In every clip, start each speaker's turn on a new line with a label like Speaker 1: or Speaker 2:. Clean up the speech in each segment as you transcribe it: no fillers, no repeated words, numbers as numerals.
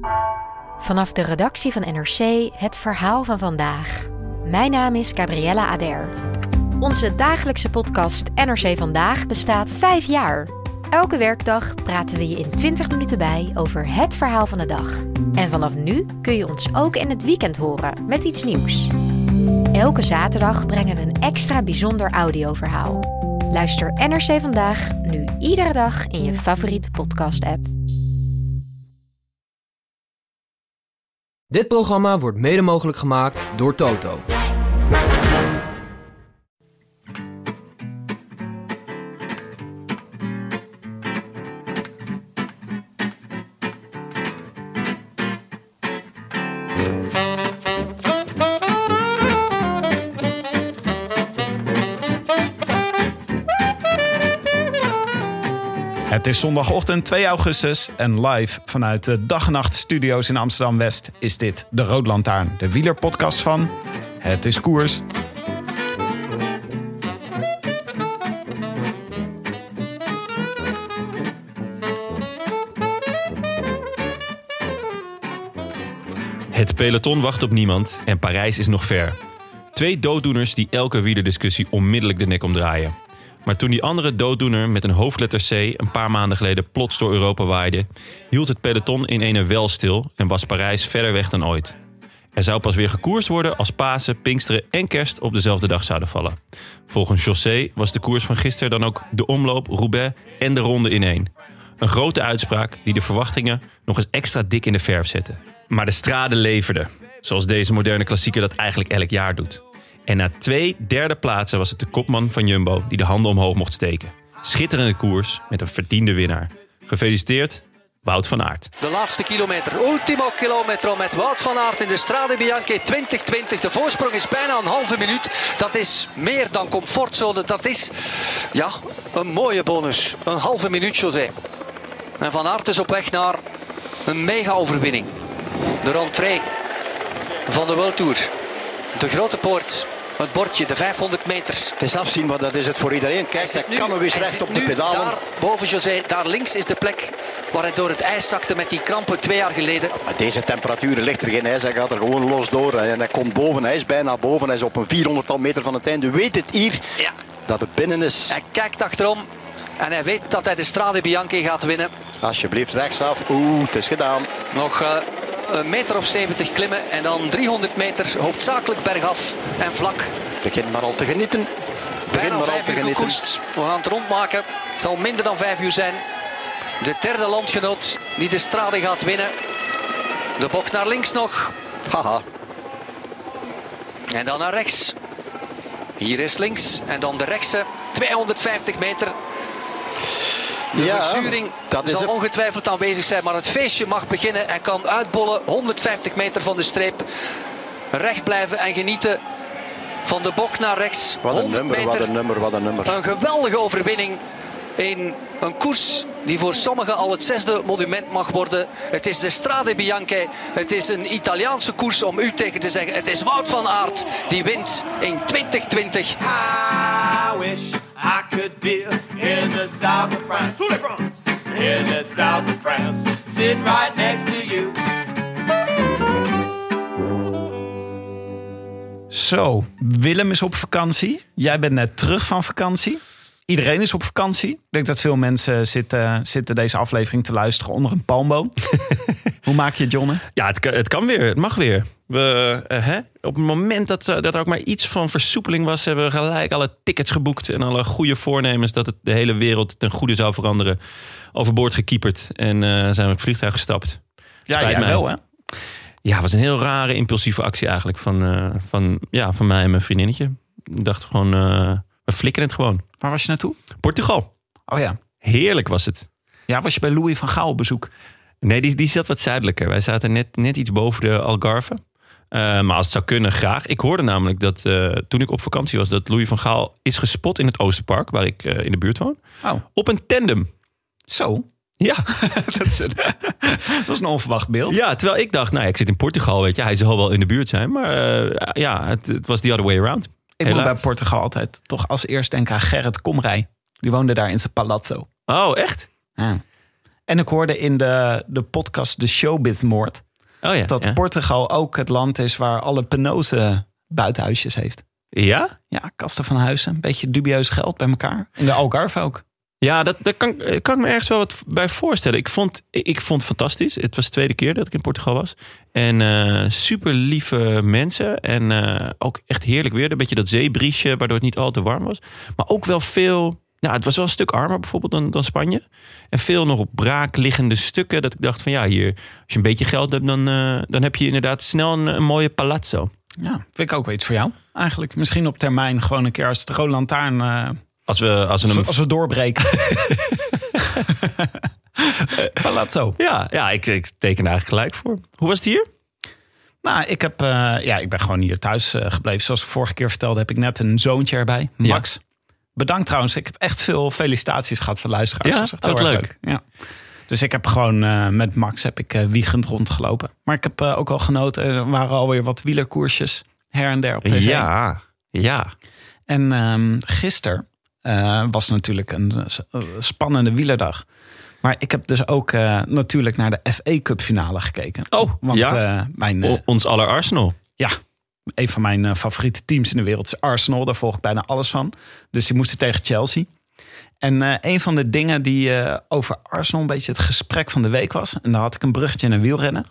Speaker 1: Vanaf de redactie van NRC het verhaal van vandaag. Mijn naam is Gabriella Ader. Onze dagelijkse podcast NRC Vandaag bestaat 5 jaar. Elke werkdag praten we je in 20 minuten bij over het verhaal van de dag. En vanaf nu kun je ons ook in het weekend horen met iets nieuws. Elke zaterdag brengen we een extra bijzonder audioverhaal. Luister NRC Vandaag nu iedere dag in je favoriete podcast-app.
Speaker 2: Dit programma wordt mede mogelijk gemaakt door Toto.
Speaker 3: Het is zondagochtend 2 augustus en live vanuit de Dag en Nacht Studio's in Amsterdam-West is dit de Rode Lantaarn, de wielerpodcast van Het is Koers.
Speaker 4: Het peloton wacht op niemand en Parijs is nog ver. 2 dooddoeners die elke wielerdiscussie onmiddellijk de nek omdraaien. Maar toen die andere dooddoener met een hoofdletter C een paar maanden geleden plots door Europa waaide, hield het peloton in ene wel stil en was Parijs verder weg dan ooit. Er zou pas weer gekoerst worden als Pasen, Pinksteren en Kerst op dezelfde dag zouden vallen. Volgens José was de koers van gisteren dan ook de omloop, Roubaix en de ronde in één. Een grote uitspraak die de verwachtingen nog eens extra dik in de verf zette. Maar de straden leverden, zoals deze moderne klassieker dat eigenlijk elk jaar doet. En na 2 derde plaatsen was het de kopman van Jumbo die de handen omhoog mocht steken. Schitterende koers met een verdiende winnaar. Gefeliciteerd, Wout van Aert.
Speaker 5: De laatste kilometer, ultimo kilometro met Wout van Aert in de Strade Bianche 2020. De voorsprong is bijna een halve minuut. Dat is meer dan comfortzone. Dat is, ja, een mooie bonus. Een halve minuut, José. En Van Aert is op weg naar een mega-overwinning. De rentrée van de World Tour. De grote poort. Het bordje, de 500 meter.
Speaker 6: Het is afzien, maar dat is het voor iedereen. Kijk, hij kan nog eens recht op de pedalen.
Speaker 5: Daar boven José, daar links is de plek waar hij door het ijs zakte met die krampen 2 jaar geleden.
Speaker 6: Maar deze temperaturen ligt er geen ijs. Hij gaat er gewoon los door. En hij komt boven. Hij is bijna boven. Hij is op een 400-tal meter van het einde. Weet het hier dat het binnen is.
Speaker 5: Hij kijkt achterom en hij weet dat hij de Strade Bianche gaat winnen.
Speaker 6: Alsjeblieft rechtsaf. het is gedaan.
Speaker 5: Nog een meter of 70 klimmen en dan 300 meter hoofdzakelijk bergaf en vlak.
Speaker 6: Begin maar al te genieten.
Speaker 5: Bijna 5 uur gekoerst. We gaan het rondmaken. Het zal minder dan 5 uur zijn. De derde landgenoot die de Strade gaat winnen. De bocht naar links nog.
Speaker 6: Haha.
Speaker 5: En dan naar rechts. Hier is links en dan de rechtse. 250 meter. De verzuring zal ongetwijfeld aanwezig zijn, maar het feestje mag beginnen en kan uitbollen. 150 meter van de streep. Recht blijven en genieten van de bocht naar rechts.
Speaker 6: Wat een nummer, wat een nummer.
Speaker 5: Een geweldige overwinning in een koers die voor sommigen al het 6e monument mag worden. Het is de Strade Bianche. Het is een Italiaanse koers om u tegen te zeggen. Het is Wout van Aert die wint in 2020.
Speaker 7: I wish I could be in the south of France. In the south of France. Sitting right next to you.
Speaker 3: Zo, Willem is op vakantie. Jij bent net terug van vakantie. Iedereen is op vakantie. Ik denk dat veel mensen zitten deze aflevering te luisteren onder een palmboom. Hoe maak je het, Jonne?
Speaker 4: Ja, het kan weer. Het mag weer. Op het moment dat er ook maar iets van versoepeling was, hebben we gelijk alle tickets geboekt en alle goede voornemens dat het de hele wereld ten goede zou veranderen overboord gekieperd en zijn we het vliegtuig gestapt.
Speaker 3: Ja, jij wel, hè?
Speaker 4: Ja, het was een heel rare impulsieve actie eigenlijk van mij en mijn vriendinnetje. Ik dacht gewoon, we flikken het gewoon.
Speaker 3: Waar was je naartoe?
Speaker 4: Portugal.
Speaker 3: Oh ja.
Speaker 4: Heerlijk was het.
Speaker 3: Ja, was je bij Louis van Gaal op bezoek?
Speaker 4: Nee, die zat wat zuidelijker. Wij zaten net iets boven de Algarve. Maar als het zou kunnen, graag. Ik hoorde namelijk dat toen ik op vakantie was, dat Louis van Gaal is gespot in het Oosterpark, waar ik in de buurt woon.
Speaker 3: Oh.
Speaker 4: Op een tandem.
Speaker 3: Zo?
Speaker 4: Ja.
Speaker 3: dat is een onverwacht beeld.
Speaker 4: Ja, terwijl ik dacht, ik zit in Portugal, weet je. Hij zal wel in de buurt zijn. Maar het was the other way around.
Speaker 3: Ik moet bij Portugal altijd toch als eerst denken aan Gerrit Komrij. Die woonde daar in zijn palazzo.
Speaker 4: Oh, echt?
Speaker 3: Ja. En ik hoorde in de podcast De Showbiz-moord... dat Portugal ook het land is waar alle penose buitenhuisjes heeft.
Speaker 4: Ja?
Speaker 3: Ja, kasten van huizen. Een beetje dubieus geld bij elkaar. In de Algarve ook.
Speaker 4: Ja, dat kan ik me ergens wel wat bij voorstellen. Ik vond het fantastisch. Het was de tweede keer dat ik in Portugal was. En super lieve mensen. En ook echt heerlijk weer. Een beetje dat zeebriesje, waardoor het niet al te warm was. Maar ook wel veel... Nou, het was wel een stuk armer bijvoorbeeld dan Spanje. En veel nog op braak liggende stukken. Dat ik dacht van ja, hier, als je een beetje geld hebt... dan heb je inderdaad snel een mooie palazzo.
Speaker 3: Ja, vind ik ook wel iets voor jou. Eigenlijk misschien op termijn gewoon een keer als het Rode Lantaarn...
Speaker 4: Als we
Speaker 3: doorbreken. Palazzo.
Speaker 4: Ja, ik teken er eigenlijk gelijk voor. Hoe was het hier?
Speaker 3: Nou, ik ben gewoon hier thuis gebleven. Zoals ik vorige keer vertelde, heb ik net een zoontje erbij. Max. Ja. Bedankt trouwens. Ik heb echt veel felicitaties gehad van luisteraars.
Speaker 4: Ja,
Speaker 3: dat is echt heel leuk. Ja. Dus ik heb gewoon met Max wiegend rondgelopen. Maar ik heb ook al genoten. Er waren alweer wat wielerkoersjes her en der op tv.
Speaker 4: Ja.
Speaker 3: En gisteren was natuurlijk een spannende wielerdag. Maar ik heb dus ook natuurlijk naar de FA Cup finale gekeken.
Speaker 4: Oh, want ons aller Arsenal.
Speaker 3: Ja, een van mijn favoriete teams in de wereld is Arsenal. Daar volg ik bijna alles van. Dus die moesten tegen Chelsea. En een van de dingen die over Arsenal een beetje het gesprek van de week was... en daar had ik een bruggetje naar wielrennen.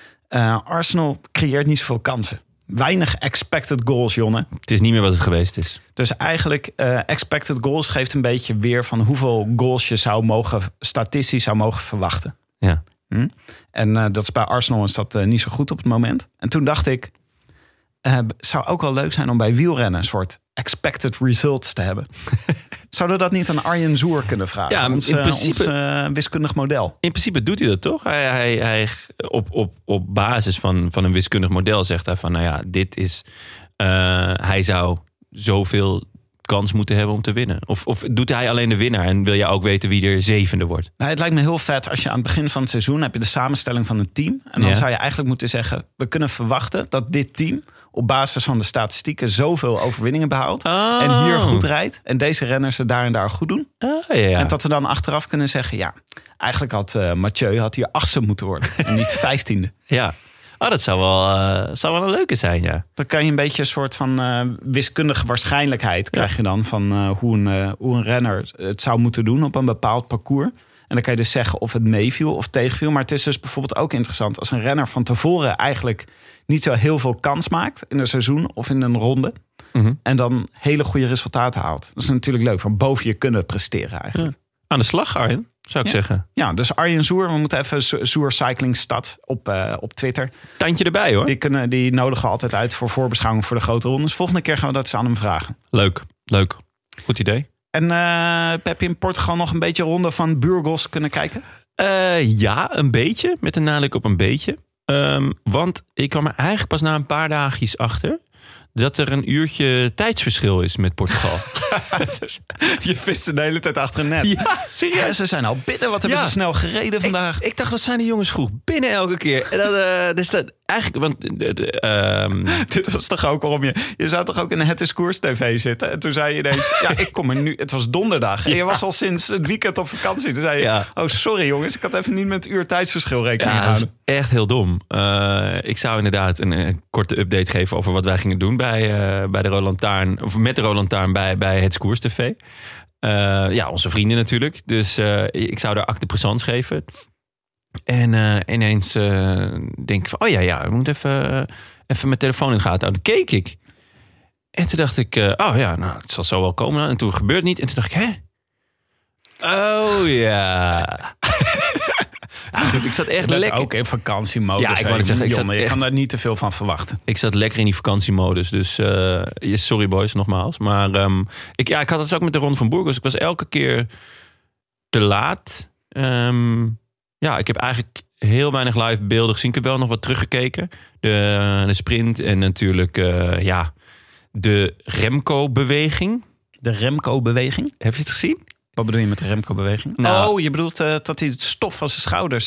Speaker 3: Arsenal creëert niet zoveel kansen. Weinig expected goals, Jonne.
Speaker 4: Het is niet meer wat het geweest is.
Speaker 3: Dus eigenlijk expected goals geeft een beetje weer van hoeveel goals je statistisch zou mogen verwachten.
Speaker 4: Ja.
Speaker 3: En dat is bij Arsenal is dat niet zo goed op het moment. En toen dacht ik, zou ook wel leuk zijn om bij wielrennen een soort expected results te hebben. Zouden we dat niet aan Arjen Zoer kunnen vragen?
Speaker 4: Ja,
Speaker 3: ons wiskundig model.
Speaker 4: In principe doet hij dat toch? Hij op basis van een wiskundig model zegt hij van... nou ja, dit is... hij zou zoveel kans moeten hebben om te winnen. Of doet hij alleen de winnaar en wil je ook weten wie er zevende wordt?
Speaker 3: Nou, het lijkt me heel vet als je aan het begin van het seizoen... heb je de samenstelling van een team. En dan zou je eigenlijk moeten zeggen... we kunnen verwachten dat dit team... op basis van de statistieken zoveel overwinningen behaalt. En hier goed rijdt. En deze renners het daar en daar goed doen. En dat we dan achteraf kunnen zeggen... ja, eigenlijk had Mathieu hier 8e moeten worden. En niet 15e.
Speaker 4: Ja. Oh, dat zou wel een leuke zijn, ja.
Speaker 3: Dan kan je een beetje een soort van wiskundige waarschijnlijkheid... krijg je dan van hoe een renner het zou moeten doen... op een bepaald parcours. En dan kan je dus zeggen of het meeviel of tegenviel. Maar het is dus bijvoorbeeld ook interessant... als een renner van tevoren eigenlijk niet zo heel veel kans maakt... in een seizoen of in een ronde...
Speaker 4: Mm-hmm.
Speaker 3: en dan hele goede resultaten haalt. Dat is natuurlijk leuk, van boven je kunnen presteren eigenlijk.
Speaker 4: Ja. Aan de slag, Arjen, zou ik zeggen.
Speaker 3: Ja, dus Arjen Zoer, we moeten even Zoer Cycling Stad op Twitter.
Speaker 4: Tandje erbij, hoor.
Speaker 3: Die nodigen we altijd uit voor voorbeschouwing voor de grote rondes. Volgende keer gaan we dat eens aan hem vragen.
Speaker 4: Leuk. Goed idee.
Speaker 3: En heb je in Portugal nog een beetje ronde van Burgos kunnen kijken?
Speaker 4: Ja, een beetje. Met een nadruk op een beetje. Want ik kwam er eigenlijk pas na een paar dagjes achter... dat er een uurtje tijdsverschil is met Portugal.
Speaker 3: Dus je vist de hele tijd achter een net.
Speaker 4: Ja, serieus.
Speaker 3: Ja, ze zijn al binnen. Wat hebben ze snel gereden vandaag?
Speaker 4: Ik dacht, wat zijn die jongens vroeg binnen elke keer. En dus dat eigenlijk... Want,
Speaker 3: dit was toch ook waarom je zou toch ook in Het is Koers TV zitten? En toen zei je ineens... ja, ik kom er nu... Het was donderdag. En je was al sinds het weekend op vakantie. Toen zei je... oh, sorry jongens. Ik had even niet met het uur tijdsverschil rekening gehouden.
Speaker 4: Dat is echt heel dom. Ik zou inderdaad een korte update geven... over wat wij gingen doen bij de Rode Lantaarn... of met de Rode Lantaarn bij Het Koers TV. Onze vrienden natuurlijk. Dus ik zou daar acte présence geven... En ineens denk ik van... oh ja, ik moet even mijn telefoon in de gaten houden. Keek ik. En toen dacht ik... het zal zo wel komen. En toen gebeurde het niet. En toen dacht ik... hè? Oh ja. Goed, ik zat echt lekker...
Speaker 3: ook in vakantiemodus.
Speaker 4: Ja, ik wou zeggen...
Speaker 3: je kan daar niet te veel van verwachten.
Speaker 4: Ik zat lekker in die vakantiemodus. Dus sorry boys, nogmaals. Maar ik had het ook met de Ronde van Burgos. Ik was elke keer te laat... ik heb eigenlijk heel weinig live beelden gezien. Ik heb wel nog wat teruggekeken. De sprint en natuurlijk de Remco-beweging.
Speaker 3: De Remco-beweging?
Speaker 4: Heb je het gezien?
Speaker 3: Wat bedoel je met de Remco-beweging?
Speaker 4: Nou,
Speaker 3: je bedoelt dat hij het stof van zijn schouders...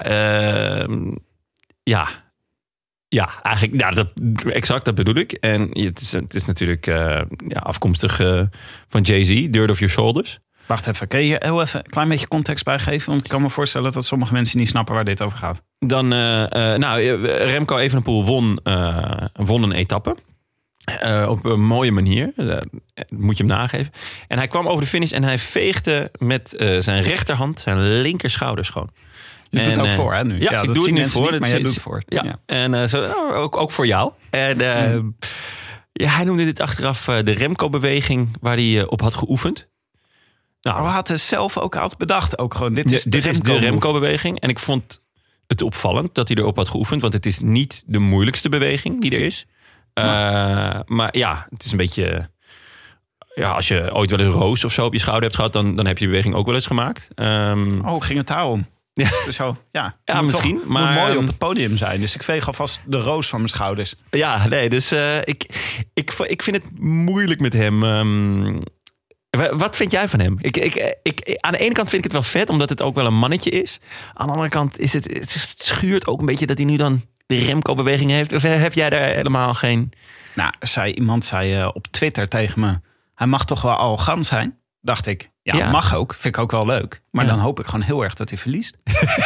Speaker 4: eigenlijk, dat bedoel ik. En het is natuurlijk afkomstig van Jay-Z, Dirt Off Your Shoulders.
Speaker 3: Wacht even, kun je heel even een klein beetje context bijgeven? Want ik kan me voorstellen dat sommige mensen niet snappen waar dit over gaat.
Speaker 4: Dan, Remco Evenepoel won een etappe. Op een mooie manier. Moet je hem nageven. En hij kwam over de finish en hij veegde met zijn rechterhand zijn linkerschouder schoon.
Speaker 3: Je doet het ook voor, hè, nu?
Speaker 4: Ja, ik doe het nu voor.
Speaker 3: Niet, maar jij doet het voor.
Speaker 4: Ja. En ook voor jou. En hij noemde dit achteraf de Remco-beweging waar hij op had geoefend.
Speaker 3: Nou, we hadden zelf ook al bedacht. Ook gewoon, dit is
Speaker 4: de Remco-beweging. En ik vond het opvallend dat hij erop had geoefend. Want het is niet de moeilijkste beweging die er is. Maar ja, het is een beetje... Ja, als je ooit wel een roos of zo op je schouder hebt gehad... dan heb je die beweging ook wel eens gemaakt.
Speaker 3: Ging het daarom?
Speaker 4: Ja,
Speaker 3: zo, ja
Speaker 4: misschien.
Speaker 3: Toch,
Speaker 4: maar
Speaker 3: moet mooi op het podium zijn. Dus ik veeg alvast de roos van mijn schouders.
Speaker 4: Ja, nee, dus ik vind het moeilijk met hem. Wat vind jij van hem? Aan de ene kant vind ik het wel vet, omdat het ook wel een mannetje is. Aan de andere kant is het schuurt ook een beetje dat hij nu dan de Remco-beweging heeft. Of heb jij daar helemaal geen...
Speaker 3: Nou, iemand zei op Twitter tegen me... Hij mag toch wel arrogant zijn? Dacht ik. Ja, mag ook. Vind ik ook wel leuk. Maar dan hoop ik gewoon heel erg dat hij verliest.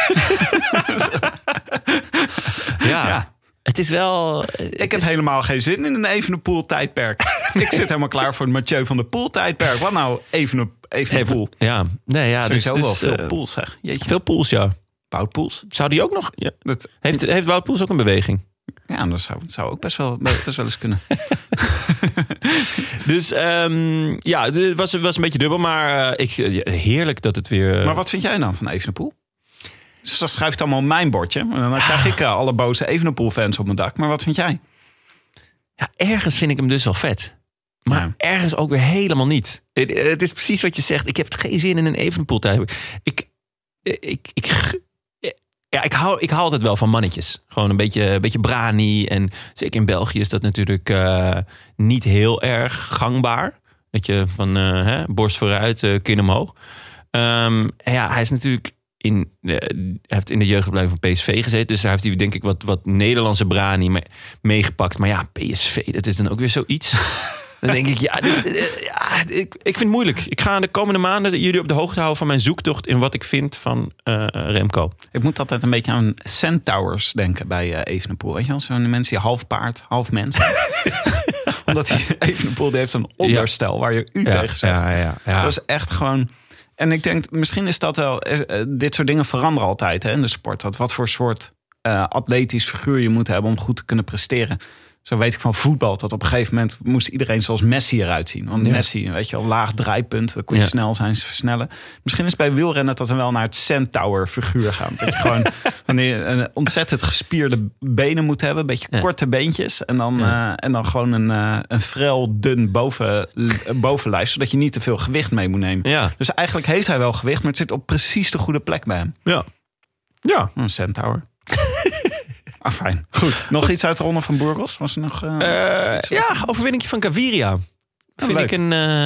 Speaker 4: Ja. Het is wel...
Speaker 3: Ik heb helemaal geen zin in een Evenepoel tijdperk. Ik zit helemaal klaar voor het Mathieu van der Poel tijdperk. Wat nou Evenepoel?
Speaker 4: Ja, nee, ja.
Speaker 3: Sowieso wel veel Poels, zeg. Jeetje.
Speaker 4: Veel Poels, ja.
Speaker 3: Wout Poels.
Speaker 4: Zou die ook nog... Ja. Heeft Wout Poels ook een beweging?
Speaker 3: Ja, dat zou ook best wel eens kunnen.
Speaker 4: Dus het was een beetje dubbel. Maar heerlijk dat het weer...
Speaker 3: Maar wat vind jij dan van Evenepoel? Dus dan schrijft het allemaal op mijn bordje. En dan krijg ik alle boze Evenepoel-fans op mijn dak. Maar wat vind jij?
Speaker 4: Ja, ergens vind ik hem dus wel vet. Maar ergens ook weer helemaal niet. Het is precies wat je zegt. Ik heb geen zin in een Evenepoel tijd. Ik hou altijd wel van mannetjes. Gewoon een beetje brani. En zeker in België is dat natuurlijk niet heel erg gangbaar. Dat je van borst vooruit, kin omhoog. Hij is natuurlijk heeft in de jeugdopleiding van PSV gezeten. Dus daar heeft hij denk ik wat Nederlandse brani meegepakt. Maar ja, PSV, dat is dan ook weer zoiets. Dan denk ik, ik vind het moeilijk. Ik ga de komende maanden jullie op de hoogte houden van mijn zoektocht in wat ik vind van Remco.
Speaker 3: Ik moet altijd een beetje aan Centaurs denken bij Evenepoel. Weet je wel, zo'n mensen die half paard, half mens. Omdat Evenepoel die heeft een onderstel waar je tegen zegt. Ja. Dat is echt gewoon... En ik denk, misschien is dat wel... dit soort dingen veranderen altijd in de sport. Dat wat voor soort atletisch figuur je moet hebben om goed te kunnen presteren. Zo weet ik van voetbal dat op een gegeven moment moest iedereen zoals Messi eruit zien. Want Messi, weet je wel, laag draaipunt, dan kon je snel zijn, versnellen. Misschien is bij wielrennen dat we wel naar het Centaur figuur gaan. Dat je gewoon wanneer een ontzettend gespierde benen moet hebben, een beetje korte beentjes en dan gewoon een vrel dun bovenlijf, zodat je niet te veel gewicht mee moet nemen. Ja. Dus eigenlijk heeft hij wel gewicht, maar het zit op precies de goede plek bij hem. Ja. Een Centaur. Fijn. Goed. Nog iets uit de ronde van Burgos? Was er nog
Speaker 4: overwinningje van Gaviria. Vind ik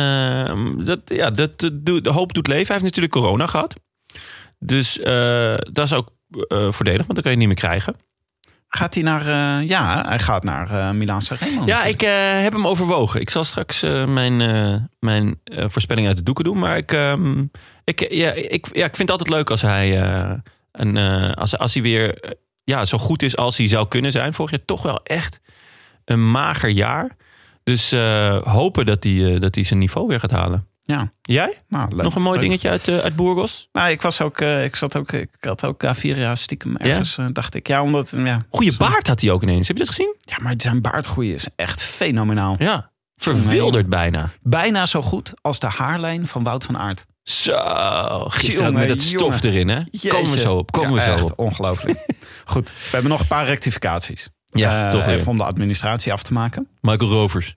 Speaker 4: de hoop doet leven. Hij heeft natuurlijk corona gehad. Dus dat is ook voordelig, want dan kan je het niet meer krijgen.
Speaker 3: Gaat hij naar... hij gaat naar Milaan-San Remo.
Speaker 4: Ja, ik heb hem overwogen. Ik zal straks mijn voorspelling uit de doeken doen. Maar ik vind het altijd leuk als hij... als hij weer... zo goed is als hij zou kunnen zijn. Vorig jaar toch wel echt een mager jaar. Dus hopen dat hij zijn niveau weer gaat halen. Ja. Jij?
Speaker 3: Nou, leuk,
Speaker 4: nog een mooi dingetje uit Burgos?
Speaker 3: Nou, ik had ook Gaviria stiekem ergens, dacht ik. Ja, omdat...
Speaker 4: Goeie baard had hij ook ineens. Heb je dat gezien?
Speaker 3: Ja, maar zijn baardgroei is echt fenomenaal.
Speaker 4: Ja, verwilderd bijna.
Speaker 3: Bijna zo goed als de haarlijn van Wout van Aert.
Speaker 4: Zo, gisteren met het stof erin, hè? Komen we zo op.
Speaker 3: Echt ongelooflijk. Goed, we hebben nog een paar rectificaties.
Speaker 4: Ja, toch weer.
Speaker 3: Even om de administratie af te maken.
Speaker 4: Michael Rovers.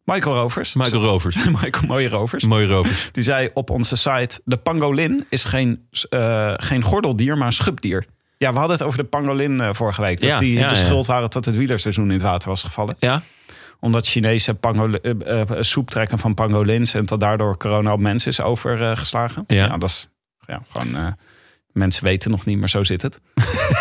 Speaker 3: Mooie Rovers. Die zei op onze site... de pangolin is geen gordeldier, maar een schubdier. Ja, we hadden het over de pangolin vorige week. Dat de schuld waren dat het wielerseizoen in het water was gevallen. Ja. Omdat Chinese soep trekken van pangolins... en dat daardoor corona op mensen is overgeslagen. Ja, dat is gewoon... Mensen weten nog niet, maar zo zit het.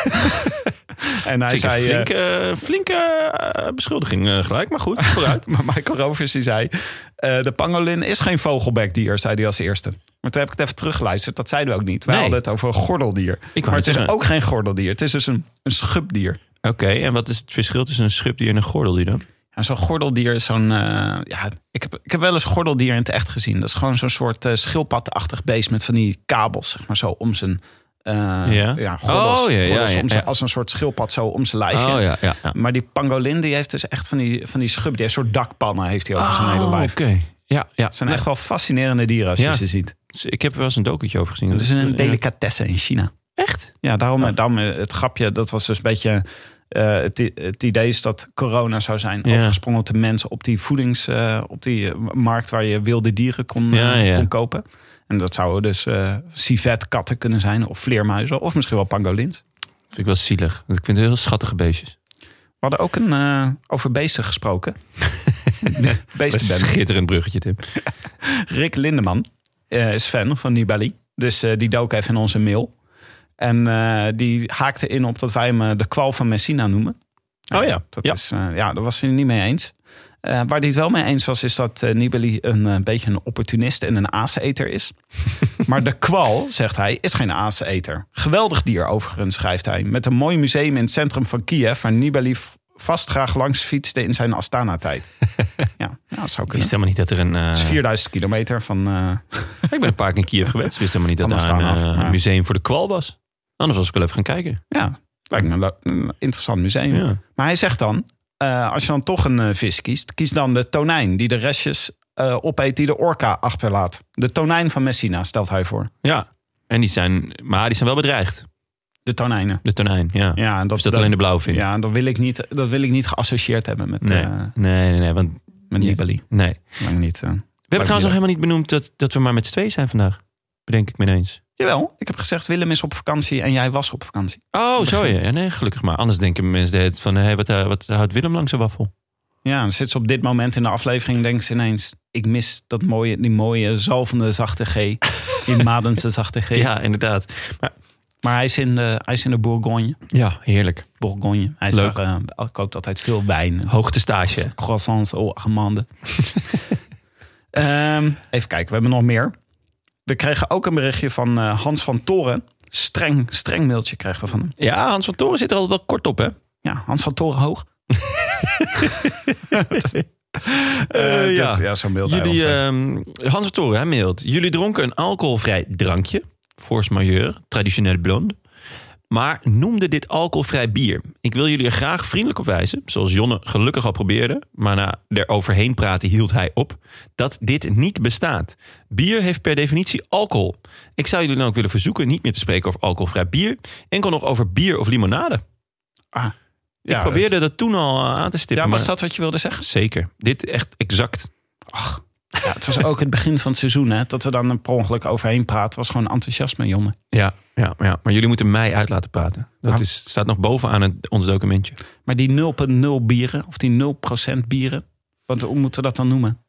Speaker 3: En hij zei...
Speaker 4: Een flinke beschuldiging gelijk, maar goed, vooruit.
Speaker 3: Maar Michael Rovers die zei... de pangolin is geen vogelbekdier, zei hij als eerste. Maar toen heb ik het even teruggeluisterd. Dat zeiden we ook niet. Wij hadden het over een gordeldier. Maar het is ook geen gordeldier. Het is dus een schubdier.
Speaker 4: Oké, en wat is het verschil tussen een schubdier en een gordeldier dan?
Speaker 3: Ja, zo'n gordeldier is zo'n... ik heb wel eens gordeldier in het echt gezien. Dat is gewoon zo'n soort schildpadachtig beest met van die kabels, zeg maar zo om zijn... gordels, als een soort schildpad zo om zijn lijfje.
Speaker 4: Ja.
Speaker 3: Maar die pangolin die heeft dus echt van die schub. Die heeft een soort dakpannen heeft hij over zijn hele lijf.
Speaker 4: Oké. Ja.
Speaker 3: Het zijn echt wel fascinerende dieren als je ze ziet.
Speaker 4: Ik heb er wel eens een documentje over gezien.
Speaker 3: Het is een delicatesse in China.
Speaker 4: Echt?
Speaker 3: Ja, daarom het grapje, dat was dus een beetje... het idee is dat corona zou zijn overgesprongen op de mensen op die op die markt waar je wilde dieren kon kopen. En dat zouden dus civetkatten kunnen zijn of vleermuizen of misschien wel pangolins.
Speaker 4: Dat vind ik wel zielig. Want ik vind het heel schattige beestjes.
Speaker 3: We hadden ook over beesten gesproken.
Speaker 4: Schitterend bruggetje, Tim.
Speaker 3: Rick Lindeman is fan van Nibali. Dus die dook even in onze mail. En die haakte in op dat wij hem de kwal van Messina noemen. Daar was hij het niet mee eens. Waar hij het wel mee eens was, is dat Nibali een beetje een opportunist en een aaseter is. Maar de kwal, zegt hij, is geen aaseter. Geweldig dier overigens, schrijft hij. Met een mooi museum in het centrum van Kiev, waar Nibali vast graag langs fietste in zijn Astana-tijd. Ja, dat zou kunnen.
Speaker 4: Ik wist helemaal niet dat er een...
Speaker 3: Het is 4000 kilometer van...
Speaker 4: Ik ben een paar keer in Kiev geweest. Ik wist helemaal niet dat daar een museum voor de kwal was. Anders was ik wel even gaan kijken.
Speaker 3: Ja, lijkt me een interessant museum. Ja. Maar hij zegt dan, als je dan toch een vis kiest, kies dan de tonijn die de restjes opeet die de orka achterlaat. De tonijn van Messina, stelt hij voor.
Speaker 4: Ja, en die zijn wel bedreigd.
Speaker 3: De tonijnen.
Speaker 4: De tonijn, ja.
Speaker 3: Ja, en
Speaker 4: dat alleen de blauwvin.
Speaker 3: Ja, dat wil ik niet geassocieerd hebben met...
Speaker 4: Nee, want...
Speaker 3: Met Nibali.
Speaker 4: Nee.
Speaker 3: Lang niet.
Speaker 4: We hebben trouwens nog helemaal niet benoemd dat we maar met z'n tweeën zijn vandaag. Bedenk ik me ineens.
Speaker 3: Jawel, ik heb gezegd Willem is op vakantie en jij was op vakantie.
Speaker 4: Oh, zo ja. Nee, gelukkig maar. Anders denken mensen van, wat houdt Willem langs zijn waffel?
Speaker 3: Ja, dan zit ze op dit moment in de aflevering denken ze ineens... ik mis die mooie zalvende zachte G. Die Madense zachte G.
Speaker 4: Ja, inderdaad.
Speaker 3: Maar hij is in de Bourgogne.
Speaker 4: Ja, heerlijk.
Speaker 3: Bourgogne. Hij koopt altijd veel wijn.
Speaker 4: Hoogtestage.
Speaker 3: Croissants au amande. Even kijken, we hebben nog meer. We kregen ook een berichtje van Hans van Toren. Streng mailtje kregen we van hem.
Speaker 4: Ja, Hans van Toren zit er altijd wel kort op, hè?
Speaker 3: Ja, Hans van Toren hoog. Zo'n mail.
Speaker 4: Hans van Toren, hij mailt. Jullie dronken een alcoholvrij drankje. Force majeure, traditioneel blonde. Maar noemde dit alcoholvrij bier. Ik wil jullie er graag vriendelijk op wijzen, zoals Jonne gelukkig al probeerde, maar na er overheen praten hield hij op, dat dit niet bestaat. Bier heeft per definitie alcohol. Ik zou jullie dan ook willen verzoeken niet meer te spreken over alcoholvrij bier, enkel nog over bier of limonade. Ik probeerde dat toen al aan te stippen.
Speaker 3: Ja, was dat wat je wilde zeggen?
Speaker 4: Zeker. Dit echt exact.
Speaker 3: Ach. Ja, het was ook het begin van het seizoen, hè, dat we dan per ongeluk overheen praten. Was gewoon enthousiasme, jongen.
Speaker 4: Ja. Maar jullie moeten mij uit laten praten. Dat staat nog bovenaan ons documentje.
Speaker 3: Maar die 0,0 bieren, of die 0% bieren, hoe moeten we dat dan noemen?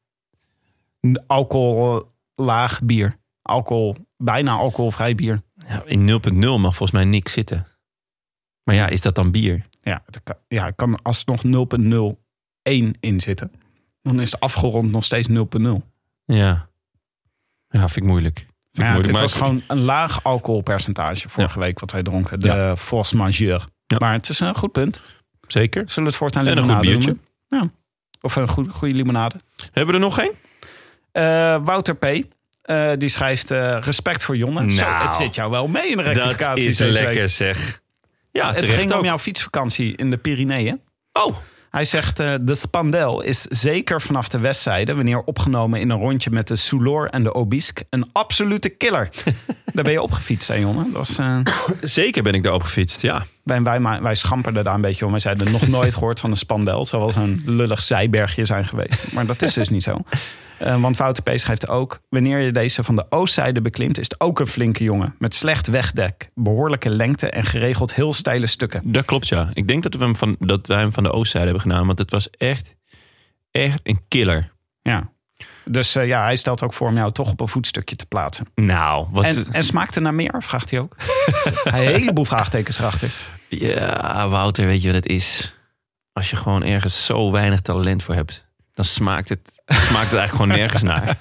Speaker 3: Alcohollaag bier. Bijna alcoholvrij bier.
Speaker 4: Ja, in 0,0 mag volgens mij niks zitten. Maar ja, is dat dan bier?
Speaker 3: Ja, het kan alsnog 0,01 in zitten. Dan is het afgerond nog steeds 0,0.
Speaker 4: Ja, vind ik moeilijk.
Speaker 3: Het was gewoon een laag alcoholpercentage vorige week wat wij dronken. De force majeure. Ja. Maar het is een goed punt.
Speaker 4: Zeker.
Speaker 3: Zullen we het voortaan limonade
Speaker 4: en een goed biertje.
Speaker 3: Ja. Of een goede limonade.
Speaker 4: Hebben we er nog geen?
Speaker 3: Wouter P. Die schrijft respect voor Jonne.
Speaker 4: Nou,
Speaker 3: Zo, het zit jou wel mee in de rectificatie.
Speaker 4: Dat is lekker zeg.
Speaker 3: Ja, het ging om jouw fietsvakantie in de Pyreneeën.
Speaker 4: Oh.
Speaker 3: Hij zegt, de Spandel is zeker vanaf de westzijde, wanneer opgenomen in een rondje met de Soulor en de Obisque, een absolute killer. Daar ben je opgefietst, hè, jongen? Dat was,
Speaker 4: zeker ben ik daar opgefietst, ja.
Speaker 3: Wij schamperden daar een beetje om. Wij zeiden nog nooit gehoord van de Spandel. Het zou wel zo'n lullig zijbergje zijn geweest. Maar dat is dus niet zo. Want Wouter P. schrijft ook, wanneer je deze van de oostzijde beklimt, is het ook een flinke jongen. Met slecht wegdek, behoorlijke lengte en geregeld heel steile stukken.
Speaker 4: Dat klopt, ja. Ik denk dat wij hem van de oostzijde hebben genomen. Want het was echt een killer.
Speaker 3: Ja. Dus hij stelt ook voor om jou toch op een voetstukje te plaatsen.
Speaker 4: Nou, wat...
Speaker 3: En smaakt er naar meer? Vraagt hij ook. Een heleboel vraagtekens erachter.
Speaker 4: Ja, Wouter, weet je wat het is? Als je gewoon ergens zo weinig talent voor hebt, dan smaakt het eigenlijk gewoon nergens naar.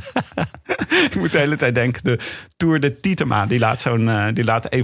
Speaker 3: Ik moet de hele tijd denken, de Tour de Tietema, die laat een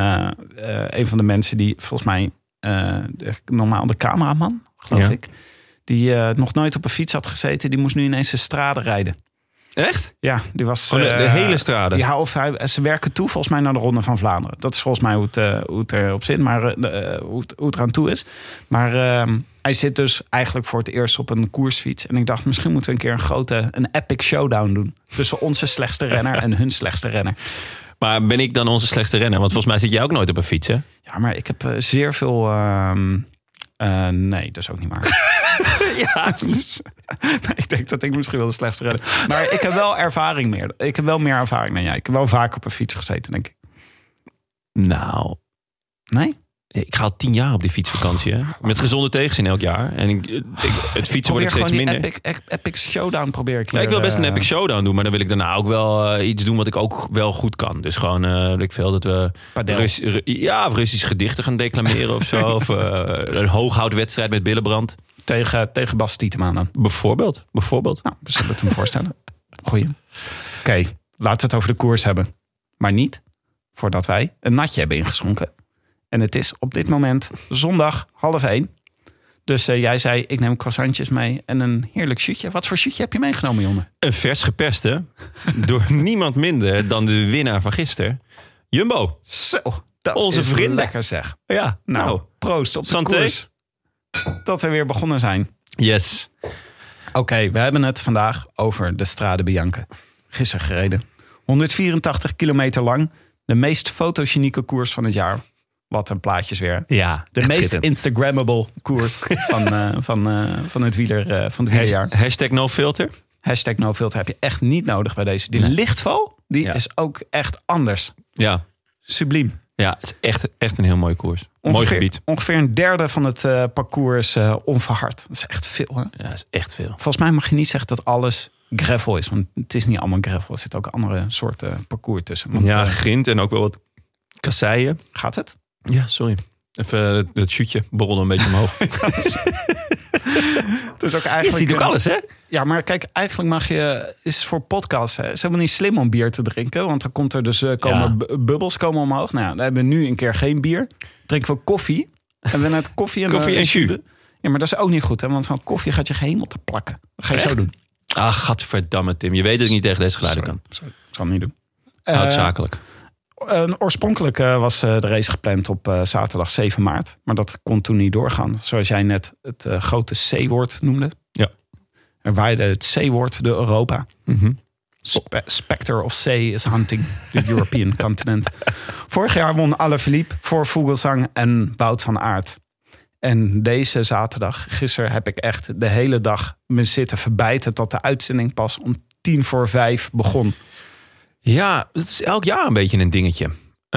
Speaker 3: van de mensen die volgens mij normaal de cameraman, geloof ik, die nog nooit op een fiets had gezeten, die moest nu ineens de strade rijden.
Speaker 4: Echt?
Speaker 3: Ja, die was...
Speaker 4: de hele strade?
Speaker 3: Ja, ze werken toe volgens mij naar de Ronde van Vlaanderen. Dat is volgens mij hoe het erop zit, maar hoe het eraan toe is. Maar hij zit dus eigenlijk voor het eerst op een koersfiets. En ik dacht, misschien moeten we een keer een epic showdown doen. Tussen onze slechtste renner en hun slechtste renner.
Speaker 4: Maar ben ik dan onze slechtste renner? Want volgens mij zit jij ook nooit op een fiets, hè?
Speaker 3: Ja, maar ik heb zeer veel... nee, dat is ook niet waar. Ja, dus, ik denk dat ik misschien wel de slechtste redder. Maar ik heb wel ervaring meer. Ik heb wel meer ervaring dan jij. Ik heb wel vaak op een fiets gezeten, denk ik.
Speaker 4: Nou...
Speaker 3: Nee?
Speaker 4: Ik ga al 10 jaar op die fietsvakantie, hè? Met gezonde tegenzin elk jaar. En het fietsen wordt steeds minder.
Speaker 3: Epic showdown probeer ik.
Speaker 4: Ja, ik wil best een epic showdown doen, maar dan wil ik daarna ook wel iets doen wat ik ook wel goed kan. Dus gewoon, ik veel dat we Russisch gedichten gaan declameren of zo. Of een hooghoutwedstrijd met Billebrand.
Speaker 3: Tegen Bas Tietema dan?
Speaker 4: Bijvoorbeeld.
Speaker 3: Nou, we zullen het hem voorstellen. Goeie. Oké, laten we het over de koers hebben. Maar niet voordat wij een natje hebben ingeschonken. En het is op dit moment zondag 12:30. Dus jij zei, ik neem croissantjes mee en een heerlijk shootje. Wat voor shootje heb je meegenomen, jongen?
Speaker 4: Een vers geperste door niemand minder dan de winnaar van gisteren. Jumbo.
Speaker 3: Zo, dat
Speaker 4: onze
Speaker 3: is
Speaker 4: vrienden.
Speaker 3: Lekker zeg.
Speaker 4: Ja,
Speaker 3: Nou, proost op de
Speaker 4: santé.
Speaker 3: koers. Dat we weer begonnen zijn.
Speaker 4: Yes.
Speaker 3: Oké, we hebben het vandaag over de Strade Bianche. Gisteren gereden. 184 kilometer lang. De meest fotogenieke koers van het jaar. Wat een plaatjes weer.
Speaker 4: Ja,
Speaker 3: de meest Instagrammable koers van het wielerjaar.
Speaker 4: Hashtag no filter.
Speaker 3: Hashtag no filter heb je echt niet nodig bij deze. Die lichtval, die is ook echt anders.
Speaker 4: Ja.
Speaker 3: Subliem.
Speaker 4: Ja, het is echt een heel mooie koers. Mooi gebied.
Speaker 3: Ongeveer een derde van het parcours is onverhard. Dat is echt veel, hè?
Speaker 4: Ja, dat is echt veel.
Speaker 3: Volgens mij mag je niet zeggen dat alles gravel is. Want het is niet allemaal gravel. Er zitten ook andere soorten parcours tussen. Want,
Speaker 4: grind en ook wel wat kasseien.
Speaker 3: Gaat het?
Speaker 4: Ja, sorry. Even het shootje borrelde een beetje omhoog.
Speaker 3: Het is ook eigenlijk,
Speaker 4: je ziet ook alles, hè?
Speaker 3: Ja, maar kijk, eigenlijk mag je... Is voor podcasts, hè? Het is helemaal niet slim om bier te drinken. Want dan komt er dus bubbels komen omhoog. Nou ja, dan hebben we nu een keer geen bier. Drinken we koffie. En we net koffie en
Speaker 4: jus.
Speaker 3: Ja, maar dat is ook niet goed, hè? Want zo'n koffie gaat je helemaal te plakken. Dat ga je zo doen.
Speaker 4: Ah, gadverdamme, Tim. Je weet dat ik niet tegen deze geluiden kan.
Speaker 3: Sorry. Ik zal het niet doen.
Speaker 4: Noodzakelijk.
Speaker 3: Oorspronkelijk was de race gepland op zaterdag 7 maart. Maar dat kon toen niet doorgaan. Zoals jij net het grote C-woord noemde.
Speaker 4: Ja.
Speaker 3: Er waaide het C-woord door Europa.
Speaker 4: Mm-hmm.
Speaker 3: Spectre of C is hunting the European continent. Vorig jaar won Alaphilippe voor Vogelsang en Wout van Aert. En deze zaterdag, gisteren, heb ik echt de hele dag me zitten verbijten tot de uitzending pas om 5:10 begon.
Speaker 4: Ja, het is elk jaar een beetje een dingetje.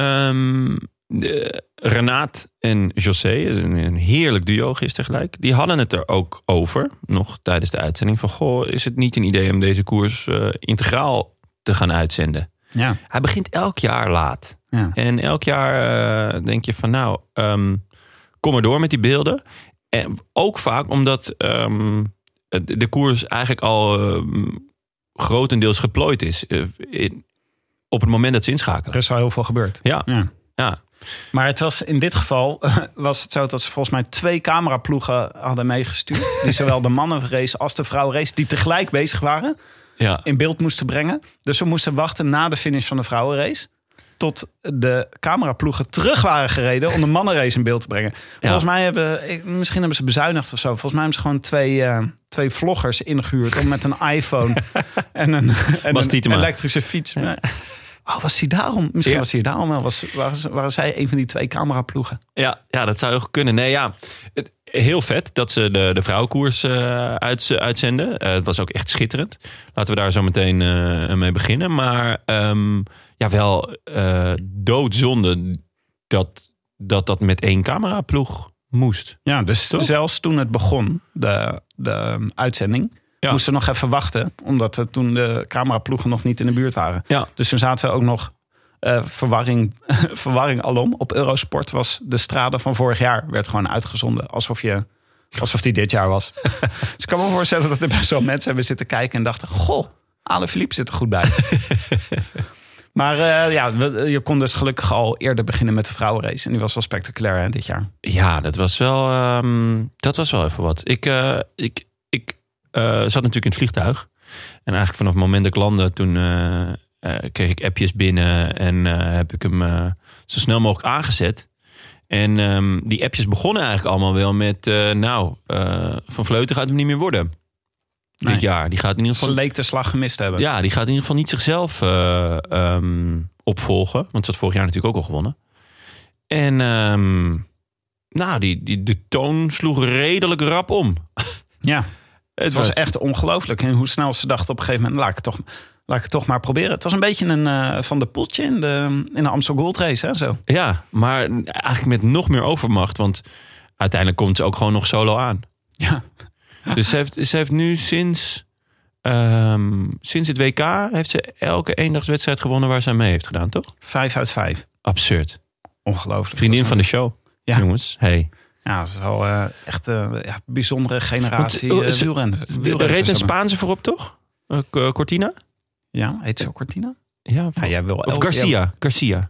Speaker 4: Renaat en José, een heerlijk duo gisteren gelijk. Die hadden het er ook over, nog tijdens de uitzending. Van, goh, is het niet een idee om deze koers integraal te gaan uitzenden?
Speaker 3: Ja.
Speaker 4: Hij begint elk jaar laat.
Speaker 3: Ja.
Speaker 4: En elk jaar denk je van, kom maar door met die beelden. En ook vaak omdat de koers eigenlijk al grotendeels geplooid is. Op het moment dat ze inschakelen.
Speaker 3: Er is al heel veel gebeurd.
Speaker 4: Ja.
Speaker 3: Maar het was in dit geval was het zo dat ze volgens mij 2 cameraploegen hadden meegestuurd. Die zowel de mannenrace als de vrouwenrace, die tegelijk bezig waren, in beeld moesten brengen. Dus we moesten wachten na de finish van de vrouwenrace tot de cameraploegen terug waren gereden om de mannenrace in beeld te brengen. Volgens mij misschien hebben ze bezuinigd of zo. Volgens mij hebben ze gewoon twee vloggers ingehuurd om met een iPhone en een elektrische fiets. Oh, was hij daarom? Misschien was hij daarom wel. Waren zij een van die 2 cameraploegen? Ja,
Speaker 4: dat zou heel kunnen. Nee, ja. Heel vet dat ze de vrouwenkoers uitzenden. Het was ook echt schitterend. Laten we daar zo meteen mee beginnen. Maar wel doodzonde dat met 1 cameraploeg moest.
Speaker 3: Ja, dus zelfs toen het begon, de uitzending, moesten nog even wachten. Omdat toen de cameraploegen nog niet in de buurt waren. Ja. Dus toen zaten we ook nog verwarring alom. Op Eurosport was de strade van vorig jaar. Werd gewoon uitgezonden. Alsof die dit jaar was. Dus ik kan me voorstellen dat er best wel mensen hebben zitten kijken. En dachten, goh, Alaphilippe zit er goed bij. Maar je kon dus gelukkig al eerder beginnen met de vrouwenrace. En die was wel spectaculair dit jaar.
Speaker 4: Ja, dat was wel even wat. Ik zat natuurlijk in het vliegtuig. En eigenlijk vanaf het moment dat ik landde, toen kreeg ik appjes binnen. En heb ik hem zo snel mogelijk aangezet. En die appjes begonnen eigenlijk allemaal wel met... Van Vleuten gaat hem niet meer worden. Dit jaar. Die gaat in ieder geval...
Speaker 3: Ze leek de slag gemist hebben.
Speaker 4: Ja, die gaat in ieder geval niet zichzelf opvolgen. Want ze had vorig jaar natuurlijk ook al gewonnen. En de toon sloeg redelijk rap om.
Speaker 3: Ja, het was echt ongelooflijk. En hoe snel ze dachten op een gegeven moment... Laat ik het toch maar proberen. Het was een beetje een Van der Poeltje in de Amstel Gold Race. Hè, zo.
Speaker 4: Ja, maar eigenlijk met nog meer overmacht. Want uiteindelijk komt ze ook gewoon nog solo aan.
Speaker 3: Ja.
Speaker 4: Dus ze heeft nu sinds het WK... heeft ze elke eendagswedstrijd gewonnen waar ze aan mee heeft gedaan, toch?
Speaker 3: 5 uit 5.
Speaker 4: Absurd.
Speaker 3: Ongelooflijk.
Speaker 4: Vriendin van de show. Ja. Jongens, hey.
Speaker 3: Ja, dat is wel echt een bijzondere generatie wielrenners.
Speaker 4: Er reed een Spaanse voorop, toch? Cortina?
Speaker 3: Ja, heet ze ook Cortina?
Speaker 4: Ja,
Speaker 3: jij wil
Speaker 4: of Garcia. Garcia.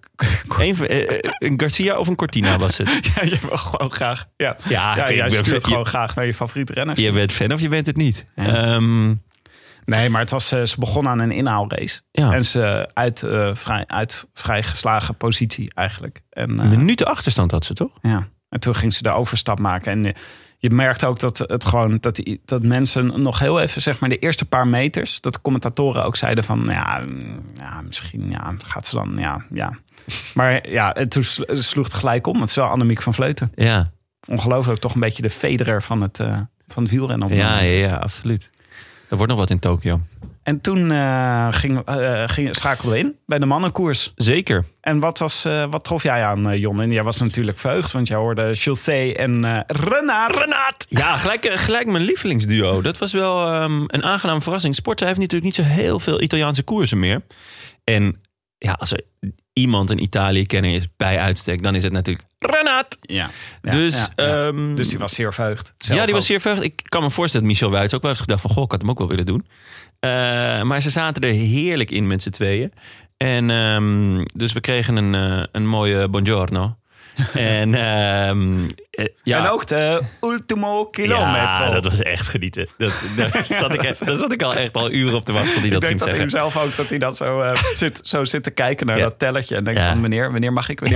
Speaker 4: Een Garcia of een Cortina was het.
Speaker 3: Ja, je wil gewoon graag. Ja, jij stuurt gewoon graag naar je favoriete renners.
Speaker 4: Je bent fan of je bent het niet.
Speaker 3: Ja. Nee, maar het was, ze begon aan een inhaalrace. Ja. En ze uit vrij geslagen positie eigenlijk. En,
Speaker 4: een minuut achterstand had ze, toch?
Speaker 3: Ja. En toen ging ze de overstap maken. En je merkt ook dat mensen nog heel even, zeg maar, de eerste paar meters, dat de commentatoren ook zeiden van, misschien gaat ze dan, ja. Maar ja, en toen sloeg het gelijk om. Het is wel Annemiek van Vleuten.
Speaker 4: Ja.
Speaker 3: Ongelooflijk, toch een beetje de Federer van het wielrennen.
Speaker 4: Ja, absoluut. Er wordt nog wat in Tokio.
Speaker 3: En toen schakelden we in bij de mannenkoers.
Speaker 4: Zeker.
Speaker 3: En wat trof jij aan, Jon? En jij was natuurlijk verheugd, want jij hoorde Chaussee en Renaat.
Speaker 4: Ja, gelijk mijn lievelingsduo. Dat was wel een aangename verrassing. Sporten heeft natuurlijk niet zo heel veel Italiaanse koersen meer. En ja, als er iemand een Italië-kenner is bij uitstek, dan is het natuurlijk Renaat.
Speaker 3: Ja.
Speaker 4: Dus
Speaker 3: die was zeer verheugd.
Speaker 4: Die was zeer verheugd. Ik kan me voorstellen dat Michel Wuits ook wel heeft gedacht van, goh, ik had hem ook wel willen doen. Maar ze zaten er heerlijk in met z'n tweeën. En dus we kregen een mooie buongiorno. En
Speaker 3: en ook de ultimo kilometro.
Speaker 4: Ja, dat was echt genieten. Daar zat ik al uren op te wachten tot hij dat ging zeggen.
Speaker 3: Ik denk dat hij hem zelf ook, dat hij dat zo zit te kijken naar dat tellertje. En denkt van, wanneer mag ik?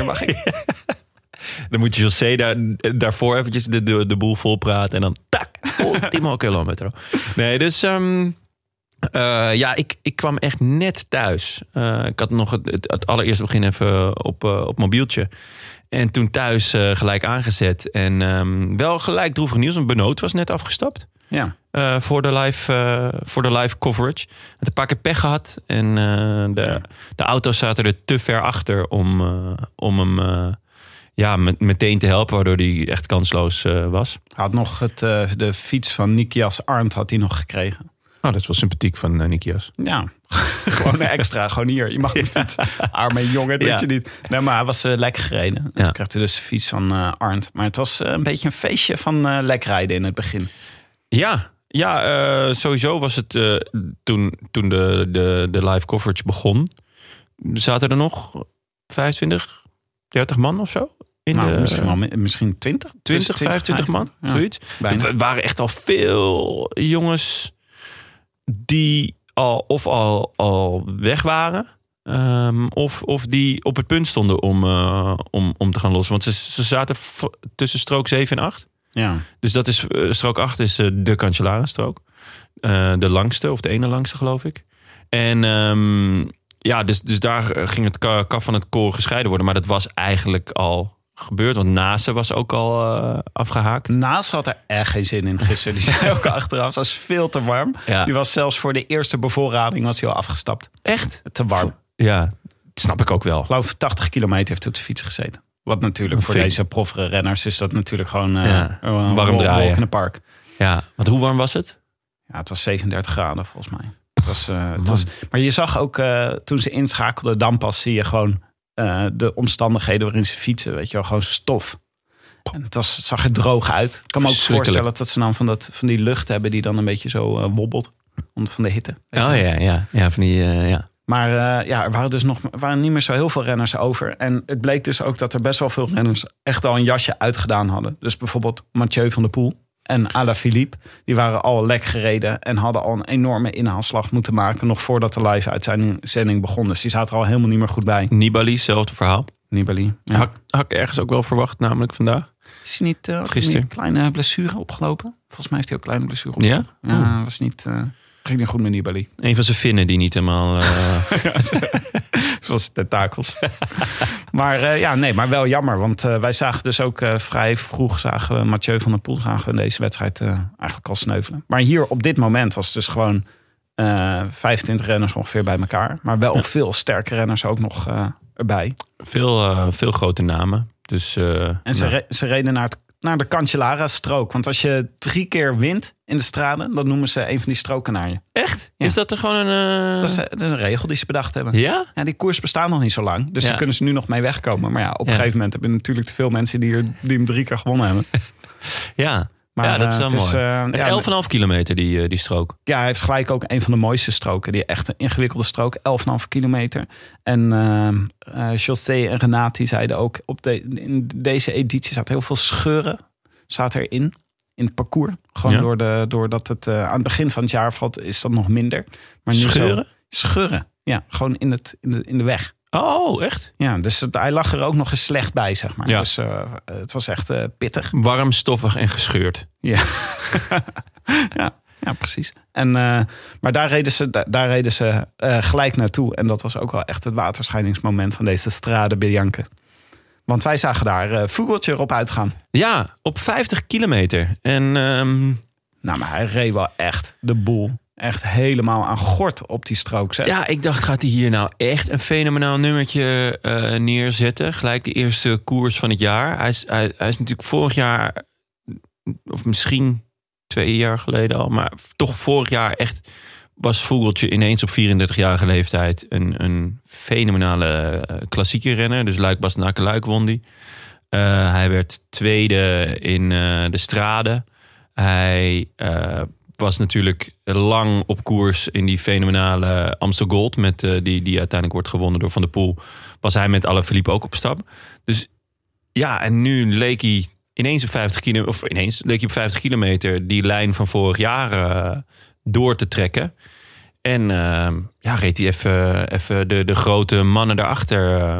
Speaker 4: Dan moet je José daarvoor eventjes de boel vol praten. En dan tak, ultimo kilometro. Nee, dus ik kwam echt net thuis. Ik had nog het allereerste begin even op mobieltje. En toen thuis gelijk aangezet. En wel gelijk droevig nieuws. Want Benoot was net afgestapt.
Speaker 3: Ja.
Speaker 4: Voor de live coverage. Had een paar keer pech gehad. En de auto's zaten er te ver achter om hem meteen te helpen. Waardoor hij echt kansloos was.
Speaker 3: Hij had nog de fiets van Nikias Arndt had hij nog gekregen.
Speaker 4: Oh, dat is wel sympathiek van Nikias.
Speaker 3: Ja, gewoon een extra. Gewoon hier, je mag een fiets. Arme jongen, dat je niet. Nee, maar hij was lekker gereden. En toen kreeg hij dus de fiets van Arndt. Maar het was een beetje een feestje van lekrijden in het begin. Ja, sowieso was het toen de live coverage begon. Zaten er nog 25, 30 man of zo? Misschien 20,
Speaker 4: 25 man, zoiets. Bijna. Er waren echt al veel jongens die al weg waren. Of die op het punt stonden om te gaan lossen. Want ze zaten tussen strook 7 en 8.
Speaker 3: Ja.
Speaker 4: Dus dat is strook 8 is de Cancellara-strook. De langste, of de ene langste, geloof ik. En dus daar ging het kaf van het koren gescheiden worden. Maar dat was eigenlijk al gebeurd. Want Nase was ook al afgehaakt.
Speaker 3: Nase had er echt geen zin in gisteren. Die zei ook achteraf, het was veel te warm. Ja. Die was zelfs voor de eerste bevoorrading was hij al afgestapt.
Speaker 4: Echt?
Speaker 3: Te warm.
Speaker 4: Ja, dat snap ik ook wel.
Speaker 3: Ik geloof 80 kilometer heeft hij op de fiets gezeten. Wat natuurlijk voor deze proffere renners is dat natuurlijk gewoon
Speaker 4: warm draaien
Speaker 3: in het park.
Speaker 4: Ja, want hoe warm was het?
Speaker 3: het was 37 graden volgens mij. Maar je zag ook toen ze inschakelden, dan pas zie je gewoon de omstandigheden waarin ze fietsen. Weet je wel, gewoon stof. En het zag er droog uit. Ik kan me ook voorstellen dat ze dan van die lucht hebben die dan een beetje zo wobbelt. Van de hitte.
Speaker 4: Ja, van die, ja.
Speaker 3: Maar er waren niet meer zo heel veel renners over. En het bleek dus ook dat er best wel veel renners echt al een jasje uitgedaan hadden. Dus bijvoorbeeld Mathieu van der Poel en Alaphilippe. Die waren al lek gereden en hadden al een enorme inhaalslag moeten maken. Nog voordat de live uitzending begon. Dus die zaten er al helemaal niet meer goed bij.
Speaker 4: Nibali, hetzelfde verhaal.
Speaker 3: Nibali. Ja.
Speaker 4: Had ik ergens ook wel verwacht, namelijk vandaag.
Speaker 3: Is hij niet
Speaker 4: gisteren
Speaker 3: een kleine blessure opgelopen? Volgens mij heeft hij ook een kleine blessure opgelopen.
Speaker 4: Ja?
Speaker 3: Ja, was niet... ging niet goed met Nibali.
Speaker 4: Een van zijn vinnen die niet helemaal...
Speaker 3: Zoals tentakels. Maar wel jammer. Want wij zagen dus ook vrij vroeg... Mathieu van der Poel in deze wedstrijd eigenlijk al sneuvelen. Maar hier op dit moment was het dus gewoon 25 renners ongeveer bij elkaar. Maar wel veel sterke renners ook nog erbij.
Speaker 4: Veel grote namen. Dus,
Speaker 3: ze reden naar de Cancellara-strook. Want als je 3 keer wint in de straden, dan noemen ze een van die stroken naar je.
Speaker 4: Echt?
Speaker 3: Ja.
Speaker 4: Is dat er gewoon een...
Speaker 3: Dat is een regel die ze bedacht hebben.
Speaker 4: Ja?
Speaker 3: Ja, die koers bestaat nog niet zo lang. Dus daar kunnen ze nu nog mee wegkomen. Maar op een gegeven moment hebben we natuurlijk te veel mensen die hem 3 keer gewonnen hebben.
Speaker 4: Ja. Maar dat is wel mooi. Het is 11,5 kilometer die strook.
Speaker 3: Ja, hij heeft gelijk ook een van de mooiste stroken. Die echt een ingewikkelde strook, 11,5 kilometer. En José en Renati zeiden ook, in deze editie zaten heel veel scheuren erin het parcours. Gewoon doordat het aan het begin van het jaar valt, is dat nog minder. Maar nu
Speaker 4: scheuren?
Speaker 3: Scheuren, ja. Gewoon in de weg.
Speaker 4: Oh, echt?
Speaker 3: Ja, dus hij lag er ook nog eens slecht bij, zeg maar.
Speaker 4: Ja.
Speaker 3: Dus het was echt pittig.
Speaker 4: Warm, stoffig en gescheurd.
Speaker 3: Ja, ja, precies. Maar daar reden ze gelijk naartoe. En dat was ook wel echt het waterscheidingsmoment van deze Strade Bianche. Want wij zagen daar Vogeltje erop uitgaan.
Speaker 4: Ja, op 50 kilometer. En,
Speaker 3: maar hij reed wel echt de boel. Echt helemaal aan gort op die strook. Zeg.
Speaker 4: Ja, ik dacht, gaat hij hier nou echt een fenomenaal nummertje neerzetten? Gelijk de eerste koers van het jaar. Hij is natuurlijk vorig jaar, of misschien 2 jaar geleden al, maar toch vorig jaar echt was Vogeltje ineens op 34-jarige leeftijd een fenomenale klassieke renner. Dus Luik-Bastenaken-Luik won die. Hij werd tweede in de Strade. Hij was natuurlijk lang op koers in die fenomenale Amstel Gold, met die uiteindelijk wordt gewonnen door Van der Poel. Was hij met Alaphilippe ook op stap. Dus ja, en nu leek hij ineens op 50 kilometer die lijn van vorig jaar door te trekken. En reed hij even de grote mannen daarachter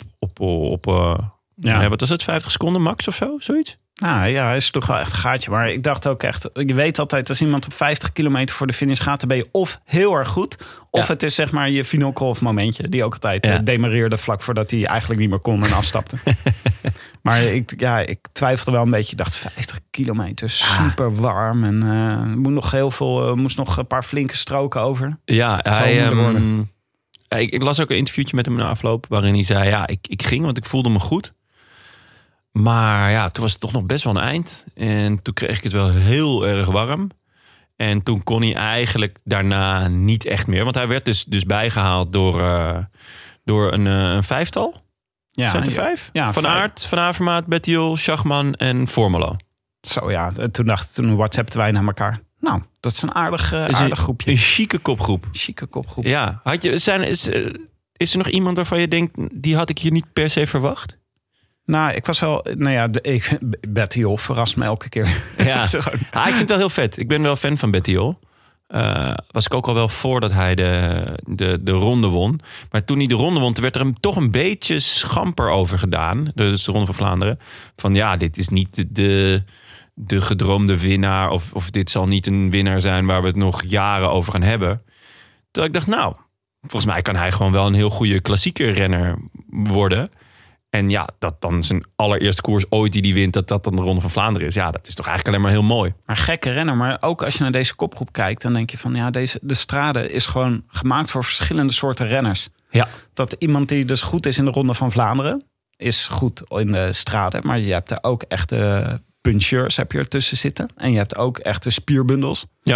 Speaker 4: wat was het, 50 seconden max of zo? Zoiets?
Speaker 3: Nou ja, hij is toch wel echt een gaatje. Maar ik dacht ook echt, je weet altijd, als iemand op 50 kilometer voor de finish gaat, dan ben je of heel erg goed, of het is zeg maar je Vinokourov momentje, die ook altijd demareerde vlak voordat hij eigenlijk niet meer kon en afstapte. Maar ik twijfelde wel een beetje. Ik dacht 50 kilometer, super warm. En moest nog een paar flinke stroken over.
Speaker 4: Ja, ik las ook een interviewtje met hem na afloop, waarin hij zei, ik ging, want ik voelde me goed. Maar ja, toen was het toch nog best wel een eind. En toen kreeg ik het wel heel erg warm. En toen kon hij eigenlijk daarna niet echt meer. Want hij werd dus bijgehaald door een vijftal.
Speaker 3: Ja,
Speaker 4: zijn er 5?
Speaker 3: Ja,
Speaker 4: Van Aert, Van Avermaat, Bettiol, Schachman en Formelo.
Speaker 3: Zo ja, toen WhatsAppten wij naar elkaar. Nou, dat is een aardig groepje.
Speaker 4: Een chique kopgroep. Ja. Is er nog iemand waarvan je denkt, die had ik hier niet per se verwacht?
Speaker 3: Nou, ik was wel... Bettiol verrast me elke keer.
Speaker 4: Ja. Ik vind het wel heel vet. Ik ben wel fan van Bettiol. Was ik ook al wel voordat hij de ronde won. Maar toen hij de ronde won, werd er hem toch een beetje schamper over gedaan. Dus de Ronde van Vlaanderen. Van dit is niet de gedroomde winnaar. Of dit zal niet een winnaar zijn waar we het nog jaren over gaan hebben. Toen ik dacht, volgens mij kan hij gewoon wel een heel goede klassieke renner worden. En dat dan zijn allereerste koers ooit die wint, dat dan de Ronde van Vlaanderen is. Ja, dat is toch eigenlijk alleen maar heel mooi.
Speaker 3: Maar gekke renner. Maar ook als je naar deze kopgroep kijkt, dan denk je van de Strade is gewoon gemaakt voor verschillende soorten renners.
Speaker 4: Ja.
Speaker 3: Dat iemand die dus goed is in de Ronde van Vlaanderen, is goed in de Strade. Maar je hebt er ook echte puncheurs heb je ertussen zitten. En je hebt ook echte spierbundels.
Speaker 4: Ja.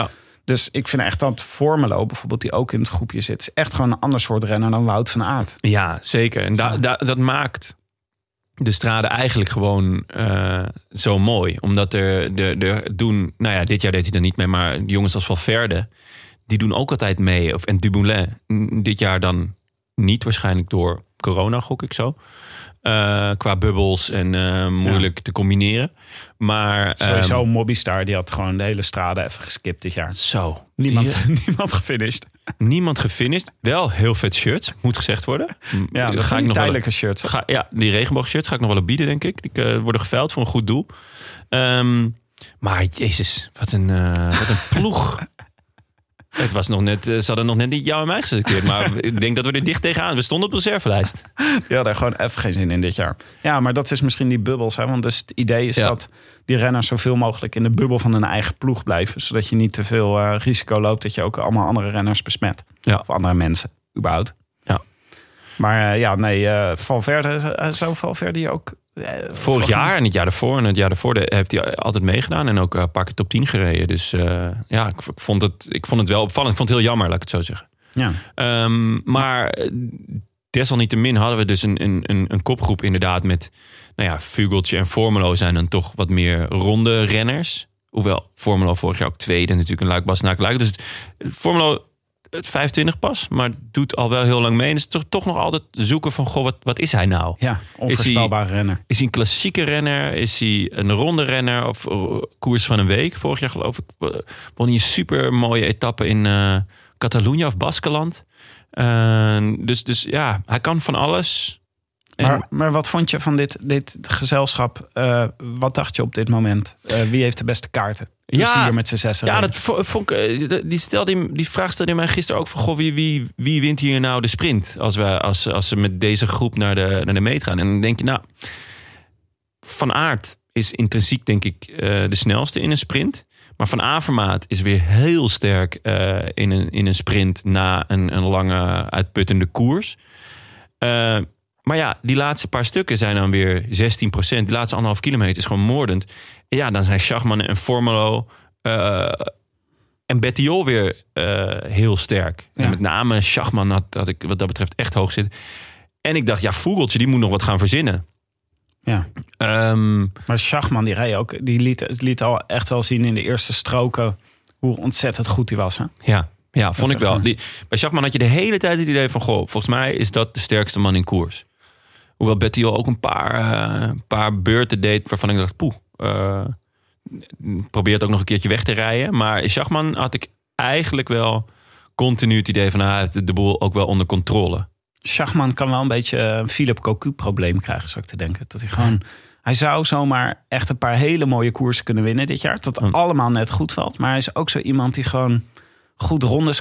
Speaker 3: Dus ik vind echt dat Formelo, bijvoorbeeld, die ook in het groepje zit, is echt gewoon een ander soort renner dan Wout van Aert.
Speaker 4: Ja, zeker. En dat maakt de Strade eigenlijk gewoon zo mooi. Omdat er doen... Nou ja, dit jaar deed hij er niet mee, maar jongens als Valverde, die doen ook altijd mee. En Dumoulin, dit jaar dan niet, waarschijnlijk door corona, gok ik zo. Qua bubbels en moeilijk te combineren. Maar
Speaker 3: sowieso Mobbystar, die had gewoon de hele Strade even geskipt dit jaar.
Speaker 4: Zo.
Speaker 3: Niemand gefinished.
Speaker 4: Niemand gefinished. Wel heel vet shirt, moet gezegd worden.
Speaker 3: Ja, dat ga ik nog tijdelijke shirts.
Speaker 4: Die regenboogshirts ga ik nog wel op bieden, denk ik. Die worden geveild voor een goed doel. Maar jezus, wat een ploeg. Het was nog net, ze hadden nog net niet jou en mij geselecteerd. Maar ik denk dat we er dicht tegenaan. We stonden op de reservelijst.
Speaker 3: Die hadden gewoon even geen zin in dit jaar. Ja, maar dat is misschien die bubbels. Hè? Want dus het idee is dat die renners zoveel mogelijk in de bubbel van hun eigen ploeg blijven. Zodat je niet te veel risico loopt dat je ook allemaal andere renners besmet. Ja. Of andere mensen, überhaupt.
Speaker 4: Ja.
Speaker 3: Maar Valverde, zou Valverde hier ook...
Speaker 4: Vorig jaar en het jaar daarvoor. En het jaar daarvoor heeft hij altijd meegedaan. En ook een paar keer top 10 gereden. Dus ik vond het wel opvallend. Ik vond het heel jammer, laat ik het zo zeggen.
Speaker 3: Ja.
Speaker 4: Maar desalniettemin hadden we dus een kopgroep inderdaad met... Nou ja, Vugeltje en Formelo zijn dan toch wat meer ronde renners. Hoewel Formelo vorig jaar ook tweede. Natuurlijk een Luik-Bastenaken-Luik. Dus Formelo... Het 25 pas, maar doet al wel heel lang mee. En is toch nog altijd zoeken van, wat is hij nou?
Speaker 3: Ja, onvoorspelbare renner.
Speaker 4: Is hij een klassieke renner? Is hij een ronde renner? Of koers van een week? Vorig jaar geloof ik won hij een super mooie etappe in Catalonië of Baskeland. Dus ja, hij kan van alles.
Speaker 3: Maar wat vond je van dit gezelschap? Wat dacht je op dit moment? Wie heeft de beste kaarten? Hier met z'n zessen.
Speaker 4: Ja, dat vond ik. Die vraag stelde mij gisteren ook van: goh, wie wint hier nou de sprint? Als ze met deze groep naar de meet gaan. En dan denk je, nou, Van Aert is intrinsiek denk ik de snelste in een sprint. Maar Van Avermaat is weer heel sterk in een sprint na een lange uitputtende koers. Maar ja, die laatste paar stukken zijn dan weer 16%. Die laatste 1,5 kilometer is gewoon moordend. En ja, dan zijn Schachman en Formelo en Bettiol weer heel sterk. Ja. En met name Schachman had ik wat dat betreft echt hoog zitten. En ik dacht, ja, Vugeltje, die moet nog wat gaan verzinnen.
Speaker 3: Ja. Maar Schachman, die liet al echt wel zien in de eerste stroken hoe ontzettend goed hij was. Hè?
Speaker 4: Ja, vond ik wel. Bij Schachman had je de hele tijd het idee van, goh, volgens mij is dat de sterkste man in koers. Hoewel Bettiol ook een paar beurten deed waarvan ik dacht, probeer het ook nog een keertje weg te rijden. Maar Schachman had ik eigenlijk wel continu het idee van, hij heeft de boel ook wel onder controle.
Speaker 3: Schachman kan wel een beetje een Philip Cocu-probleem krijgen, zou ik te denken. Dat hij zou zomaar echt een paar hele mooie koersen kunnen winnen dit jaar. Dat allemaal net goed valt. Maar hij is ook zo iemand die gewoon goed rondes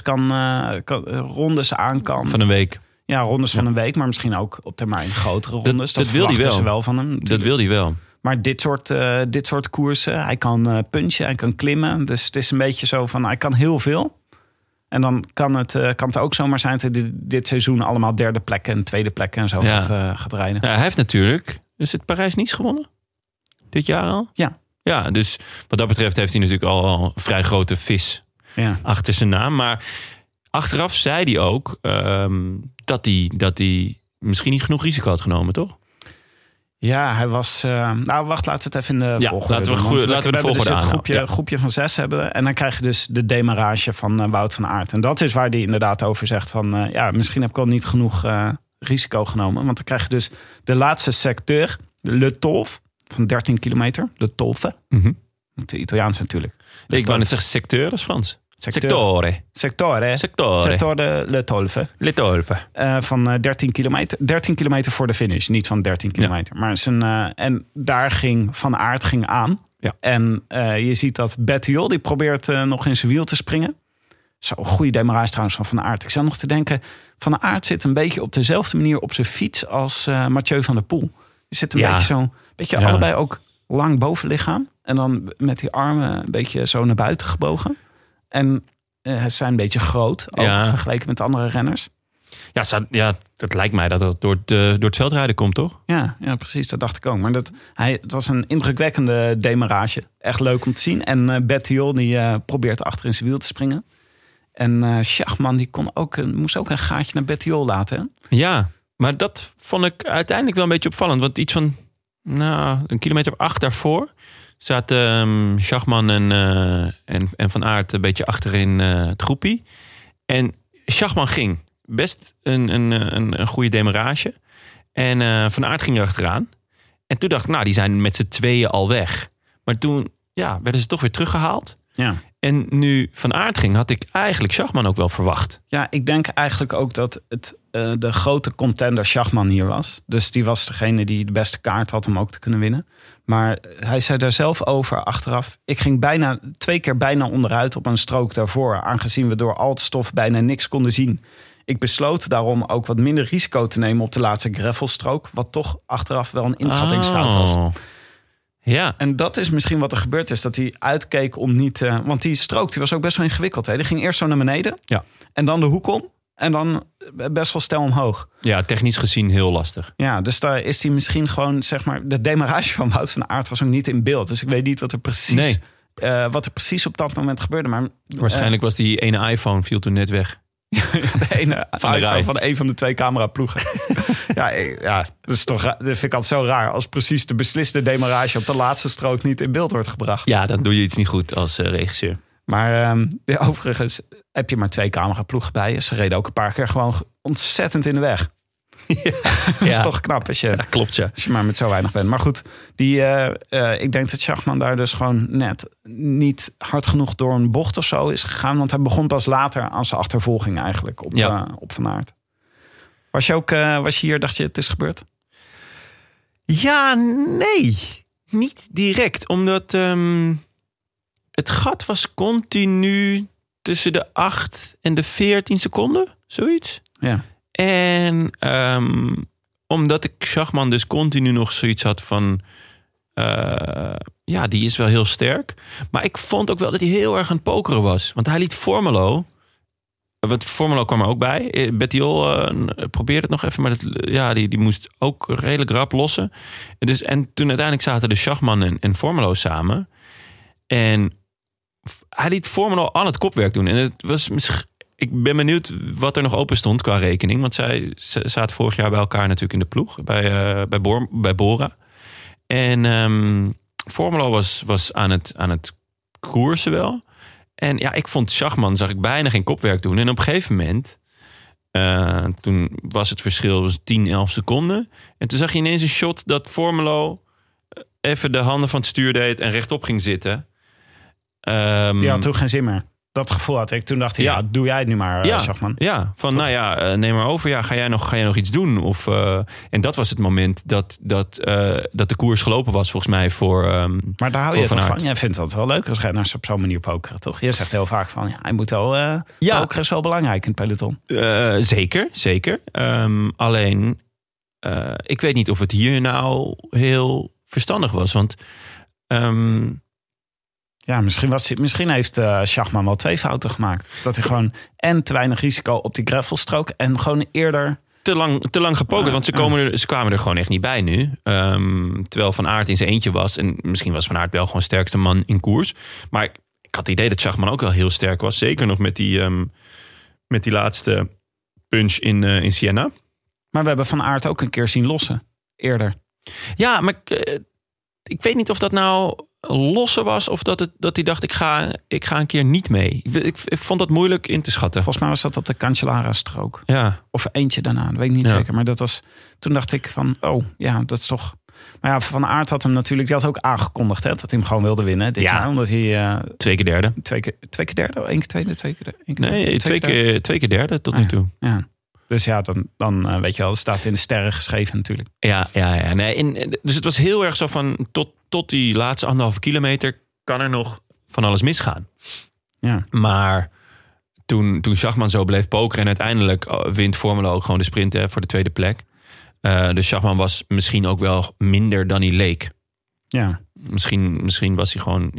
Speaker 3: rondes aan kan.
Speaker 4: Van een week.
Speaker 3: Ja, rondes van een week, maar misschien ook op termijn grotere rondes. Dat wil hij wel. Ze wel van hem. Natuurlijk.
Speaker 4: Dat wil hij wel.
Speaker 3: Maar dit soort koersen, hij kan punchen, hij kan klimmen. Dus het is een beetje zo van, hij kan heel veel. En dan kan het ook zomaar zijn dat hij dit seizoen allemaal derde plekken en tweede plekken en zo gaat rijden.
Speaker 4: Ja, hij heeft natuurlijk, is het Parijs-Nice gewonnen? Dit jaar al?
Speaker 3: Ja.
Speaker 4: Ja, dus wat dat betreft heeft hij natuurlijk al een vrij grote vis achter zijn naam. Maar achteraf zei hij ook dat hij misschien niet genoeg risico had genomen, toch?
Speaker 3: Ja, hij was... wacht, laten we het even in de volgorde
Speaker 4: doen. Laten we de volgorde
Speaker 3: dus het groepje van 6 hebben. En dan krijg je dus de demarrage van Wout van Aert. En dat is waar hij inderdaad over zegt van... misschien heb ik al niet genoeg risico genomen. Want dan krijg je dus de laatste secteur, Le Tolf, van 13 kilometer. Le Tolfe.
Speaker 4: Mm-hmm.
Speaker 3: De Italiaans natuurlijk.
Speaker 4: Ik wou net zeggen secteur, dat is Frans.
Speaker 3: Sectore Le Tolfe.
Speaker 4: Le Tolfe.
Speaker 3: Van 13 kilometer. 13 kilometer voor de finish. Niet van 13 kilometer. Maar en daar ging Van Aert aan. Ja. En je ziet dat Bettiol, die probeert nog in zijn wiel te springen. Zo, goede demarrage trouwens van Aert. Ik zou nog te denken, Van Aert zit een beetje op dezelfde manier op zijn fiets als Mathieu van der Poel. Je zit een beetje allebei ook lang bovenlichaam. En dan met die armen een beetje zo naar buiten gebogen. En ze zijn een beetje groot, ook vergeleken met andere renners.
Speaker 4: Het lijkt mij dat het door het veldrijden komt, toch?
Speaker 3: Ja, precies. Dat dacht ik ook. Maar het was een indrukwekkende demarrage. Echt leuk om te zien. En Bettiol die probeert achter in zijn wiel te springen. En Schachman die moest ook een gaatje naar Bettiol laten. Hè?
Speaker 4: Ja, maar dat vond ik uiteindelijk wel een beetje opvallend. Want iets van een kilometer of 8 daarvoor zaten Schachman en Van Aert een beetje achterin het groepie. En Schachman ging best een goede demarrage. En Van Aert ging er achteraan. En toen dacht ik, die zijn met z'n tweeën al weg. Maar toen werden ze toch weer teruggehaald.
Speaker 3: Ja.
Speaker 4: En nu Van Aert ging, had ik eigenlijk Schachman ook wel verwacht.
Speaker 3: Ja, ik denk eigenlijk ook dat het de grote contender Schachman hier was. Dus die was degene die de beste kaart had om ook te kunnen winnen. Maar hij zei daar zelf over achteraf. Ik ging 2 keer bijna onderuit op een strook daarvoor. Aangezien we door al het stof bijna niks konden zien. Ik besloot daarom ook wat minder risico te nemen op de laatste gravelstrook. Wat toch achteraf wel een inschattingsfout was.
Speaker 4: Ja.
Speaker 3: En dat is misschien wat er gebeurd is. Dat hij uitkeek om niet... want die strook die was ook best wel ingewikkeld. Hè? Die ging eerst zo naar beneden.
Speaker 4: Ja.
Speaker 3: En dan de hoek om. En dan best wel steil omhoog.
Speaker 4: Ja, technisch gezien heel lastig.
Speaker 3: Ja, dus daar is hij misschien gewoon, zeg maar... De demarrage van Wout van Aert was ook niet in beeld. Dus ik weet niet wat er precies op dat moment gebeurde. Maar,
Speaker 4: waarschijnlijk was die ene iPhone viel toen net weg.
Speaker 3: de ene iPhone van een van de 2 cameraploegen. Dat is toch, dat vind ik altijd zo raar. Als precies de besliste demarrage op de laatste strook niet in beeld wordt gebracht.
Speaker 4: Ja, dan doe je iets niet goed als regisseur.
Speaker 3: Maar overigens heb je maar 2 cameraploegen bij je. Ze reden ook een paar keer gewoon ontzettend in de weg. Dat is toch knap als je,
Speaker 4: klopt,
Speaker 3: als je maar met zo weinig bent. Maar goed, ik denk dat Schachman daar dus gewoon net niet hard genoeg door een bocht of zo is gegaan. Want hij begon pas later aan zijn achtervolging eigenlijk op Van Aert. Was je hier, dacht je het is gebeurd?
Speaker 4: Ja, nee. Niet direct. Omdat het gat was continu tussen de 8 en de 14 seconden. Zoiets.
Speaker 3: Ja.
Speaker 4: En omdat ik Schachman dus continu nog zoiets had van... die is wel heel sterk. Maar ik vond ook wel dat hij heel erg aan het pokeren was. Want hij liet Formelo... Want Formelo kwam er ook bij. Bettiol probeerde het nog even. Maar die moest ook redelijk rap lossen. En toen uiteindelijk zaten de Schachman en Formelo samen. En hij liet Formelo aan het kopwerk doen. En het was ik ben benieuwd wat er nog open stond qua rekening. Want zij zaten vorig jaar bij elkaar natuurlijk in de ploeg. Bij Bora. En Formelo was aan het koersen wel. En ik vond Schachman, zag ik bijna geen kopwerk doen. En op een gegeven moment, toen was het verschil 10, 11 seconden. En toen zag je ineens een shot dat Formelo even de handen van het stuur deed en rechtop ging zitten.
Speaker 3: Die had toen geen zin meer. Dat gevoel had ik. Toen dacht hij, doe jij het nu maar, Schachman.
Speaker 4: Ja, van neem maar over. Ja, ga jij nog iets doen? En dat was het moment dat de koers gelopen was, volgens mij, voor
Speaker 3: maar daar hou je
Speaker 4: Van
Speaker 3: toch
Speaker 4: Aert.
Speaker 3: van? Jij vindt dat wel leuk als renners op zo'n manier pokeren, toch? Je zegt heel vaak van, hij moet wel... Pokeren is wel belangrijk in het peloton.
Speaker 4: Zeker. Alleen, ik weet niet of het hier nou heel verstandig was. Want...
Speaker 3: misschien heeft Schachman wel 2 fouten gemaakt. Dat hij gewoon te weinig risico op die gravelstrook en gewoon eerder...
Speaker 4: Te lang gepokerd, want ze kwamen er gewoon echt niet bij nu. Terwijl Van Aert in zijn eentje was. En misschien was Van Aert wel gewoon sterkste man in koers. Maar ik had het idee dat Schachman ook wel heel sterk was. Zeker nog met die laatste punch in Siena.
Speaker 3: Maar we hebben Van Aert ook een keer zien lossen. Eerder.
Speaker 4: Ja, maar ik weet niet of dat nou... lossen was of dat hij dacht ik ga een keer niet mee. Ik vond dat moeilijk in te schatten.
Speaker 3: Volgens mij was dat op de Cancellara-strook.
Speaker 4: Ja.
Speaker 3: Of eentje daarna, dat weet ik niet zeker. Maar toen dacht ik van, dat is toch... Maar ja, Van Aert had hem natuurlijk, die had ook aangekondigd, hè, dat hij hem gewoon wilde winnen dit jaar. Omdat hij...
Speaker 4: 2 keer derde.
Speaker 3: 2 keer derde? 1 keer tweede? 2 keer derde?
Speaker 4: Nee, 2 keer derde tot nu toe.
Speaker 3: Ja. Dus dan weet je wel, het staat in de sterren geschreven natuurlijk.
Speaker 4: Ja. Nee, dus het was heel erg zo van, tot die laatste 1,5 kilometer kan er nog van alles misgaan.
Speaker 3: Ja.
Speaker 4: Maar toen Schachman zo bleef pokeren en uiteindelijk wint Formelo ook gewoon de sprint voor de tweede plek. Dus Schachman was misschien ook wel minder dan hij leek.
Speaker 3: Ja.
Speaker 4: Misschien was hij gewoon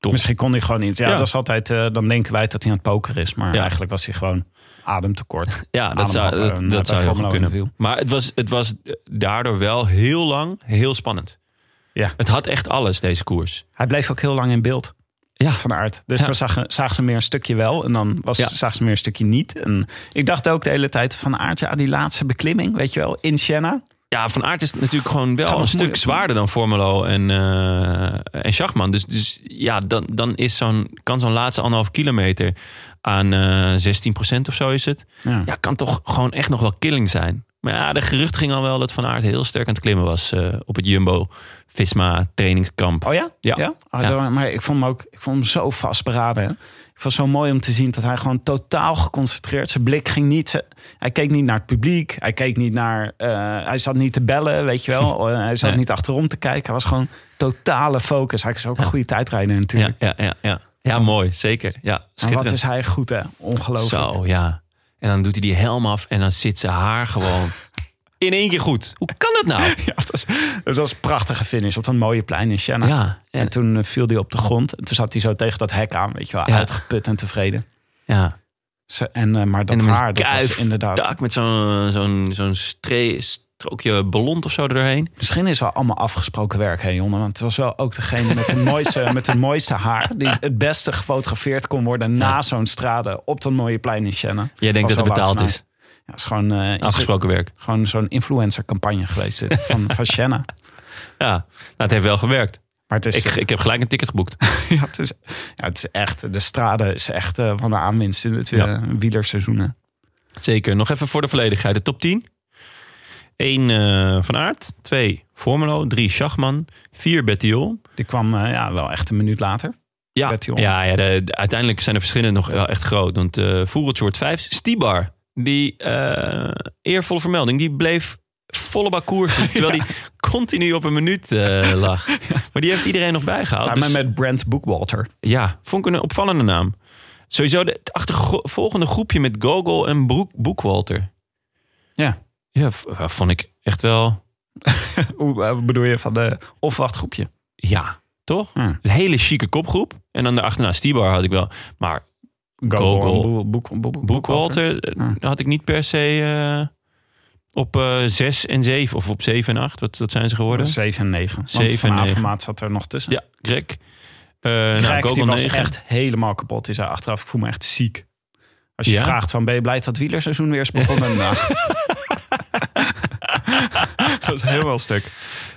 Speaker 4: toch?
Speaker 3: Misschien kon hij gewoon niet. Ja,
Speaker 4: Ja.
Speaker 3: dat is altijd... dan denken wij dat hij aan het pokeren is. Maar
Speaker 4: Ja.
Speaker 3: eigenlijk was hij gewoon ademtekort.
Speaker 4: Ja, dat zou
Speaker 3: Ademhappen,
Speaker 4: heel
Speaker 3: bij
Speaker 4: goed
Speaker 3: Formula
Speaker 4: kunnen.
Speaker 3: 1 viel.
Speaker 4: Maar het was daardoor wel heel lang heel spannend.
Speaker 3: Ja.
Speaker 4: Het had echt alles, deze koers.
Speaker 3: Hij bleef ook heel lang in beeld.
Speaker 4: Ja.
Speaker 3: Van Aert. Dus
Speaker 4: Ja.
Speaker 3: dan zagen ze meer een stukje wel. En dan zagen ze meer een stukje niet. En ik dacht ook de hele tijd van Aert... Ja, die laatste beklimming, weet je wel, in Siena.
Speaker 4: Ja, Van Aert is natuurlijk gewoon wel
Speaker 3: Gaat
Speaker 4: een
Speaker 3: nog
Speaker 4: stuk
Speaker 3: moeilijk.
Speaker 4: zwaarder dan Formelo en Schachman. Dus ja, dan is kan zo'n laatste 1,5 kilometer aan 16% of zo is het. Ja, kan toch gewoon echt nog wel killing zijn. Maar ja, de gerucht ging al wel dat Van Aert heel sterk aan het klimmen was op het Jumbo-Visma trainingskamp.
Speaker 3: Oh ja?
Speaker 4: Ja.
Speaker 3: Oh,
Speaker 4: Ja.
Speaker 3: Maar ik vond hem zo vastberaden. Hè? Ik vond het zo mooi om te zien dat hij gewoon totaal geconcentreerd... Zijn blik ging niet... Hij keek niet naar het publiek. Hij keek niet naar... hij zat niet te bellen, weet je wel. Hij zat niet achterom te kijken. Hij was gewoon totale focus. Hij is ook een goede tijdrijder natuurlijk.
Speaker 4: Ja, mooi. Zeker. Ja,
Speaker 3: Maar
Speaker 4: schitterend.
Speaker 3: wat is hij goed, hè? Ongelooflijk.
Speaker 4: Zo, ja. En dan doet hij die helm af en dan zit zijn haar gewoon in één keer goed. Hoe kan dat nou?
Speaker 3: Ja, het was een prachtige finish op dat mooie plein in Siena.
Speaker 4: Ja.
Speaker 3: En toen viel hij op de grond. En toen zat hij zo tegen dat hek aan, weet je wel.
Speaker 4: Ja.
Speaker 3: Uitgeput en tevreden.
Speaker 4: Ja.
Speaker 3: Maar dat
Speaker 4: en
Speaker 3: haar, dat was inderdaad...
Speaker 4: dak met zo'n strookje ballon of zo erdoorheen.
Speaker 3: Misschien is wel allemaal afgesproken werk, hè, Jonne. Want het was wel ook degene met het mooiste haar... die het beste gefotografeerd kon worden na zo'n strade... op dat mooie plein in Siena.
Speaker 4: Jij denkt dat het betaald is?
Speaker 3: Ja, het is gewoon...
Speaker 4: Afgesproken werk.
Speaker 3: Gewoon zo'n influencer-campagne geweest dit, van Siena.
Speaker 4: Ja, nou, het heeft wel gewerkt.
Speaker 3: Maar het is,
Speaker 4: Ik heb gelijk een ticket geboekt.
Speaker 3: het is echt... De strade is echt van de aanwinst in het wielerseizoen. Hè.
Speaker 4: Zeker. Nog even voor de volledigheid. De top 10. 1 Van Aert. 2 Formelo. 3 Schachman. 4 Bettiol.
Speaker 3: Die kwam wel echt een minuut later.
Speaker 4: Ja,
Speaker 3: Bettiol.
Speaker 4: uiteindelijk zijn de verschillen nog wel echt groot. Want Vogeltje wordt 5. Stibar, die eervolle vermelding, die bleef volle bak koersen. Terwijl die continu op een minuut lag. Maar die heeft iedereen nog bijgehaald.
Speaker 3: Samen
Speaker 4: Dus,
Speaker 3: met Brent Bookwalter.
Speaker 4: ja, vond ik een opvallende naam. Sowieso het achtervolgende groepje met Gogol en Bookwalter.
Speaker 3: Ja.
Speaker 4: Ja, vond ik echt wel...
Speaker 3: Hoe bedoel je van de opwachtgroepje?
Speaker 4: Ja, toch?
Speaker 3: Ja.
Speaker 4: Een hele chique kopgroep. En dan daarachterna Stibar had ik wel. Maar Gogol, Bookwalter had ik niet per se op 6 en 7 of op 7 en 8. Wat zijn ze geworden?
Speaker 3: 7 en 9.
Speaker 4: 7
Speaker 3: Want Van
Speaker 4: en 9.
Speaker 3: Avermaat zat er nog tussen.
Speaker 4: Ja, Greg.
Speaker 3: Greg,
Speaker 4: Gogol
Speaker 3: die was
Speaker 4: 9.
Speaker 3: echt helemaal kapot. Die zei achteraf, ik voel me echt ziek. Als je vraagt van, ben je blij dat wielerseizoen weer is begonnen? Nou. Dat was helemaal stuk.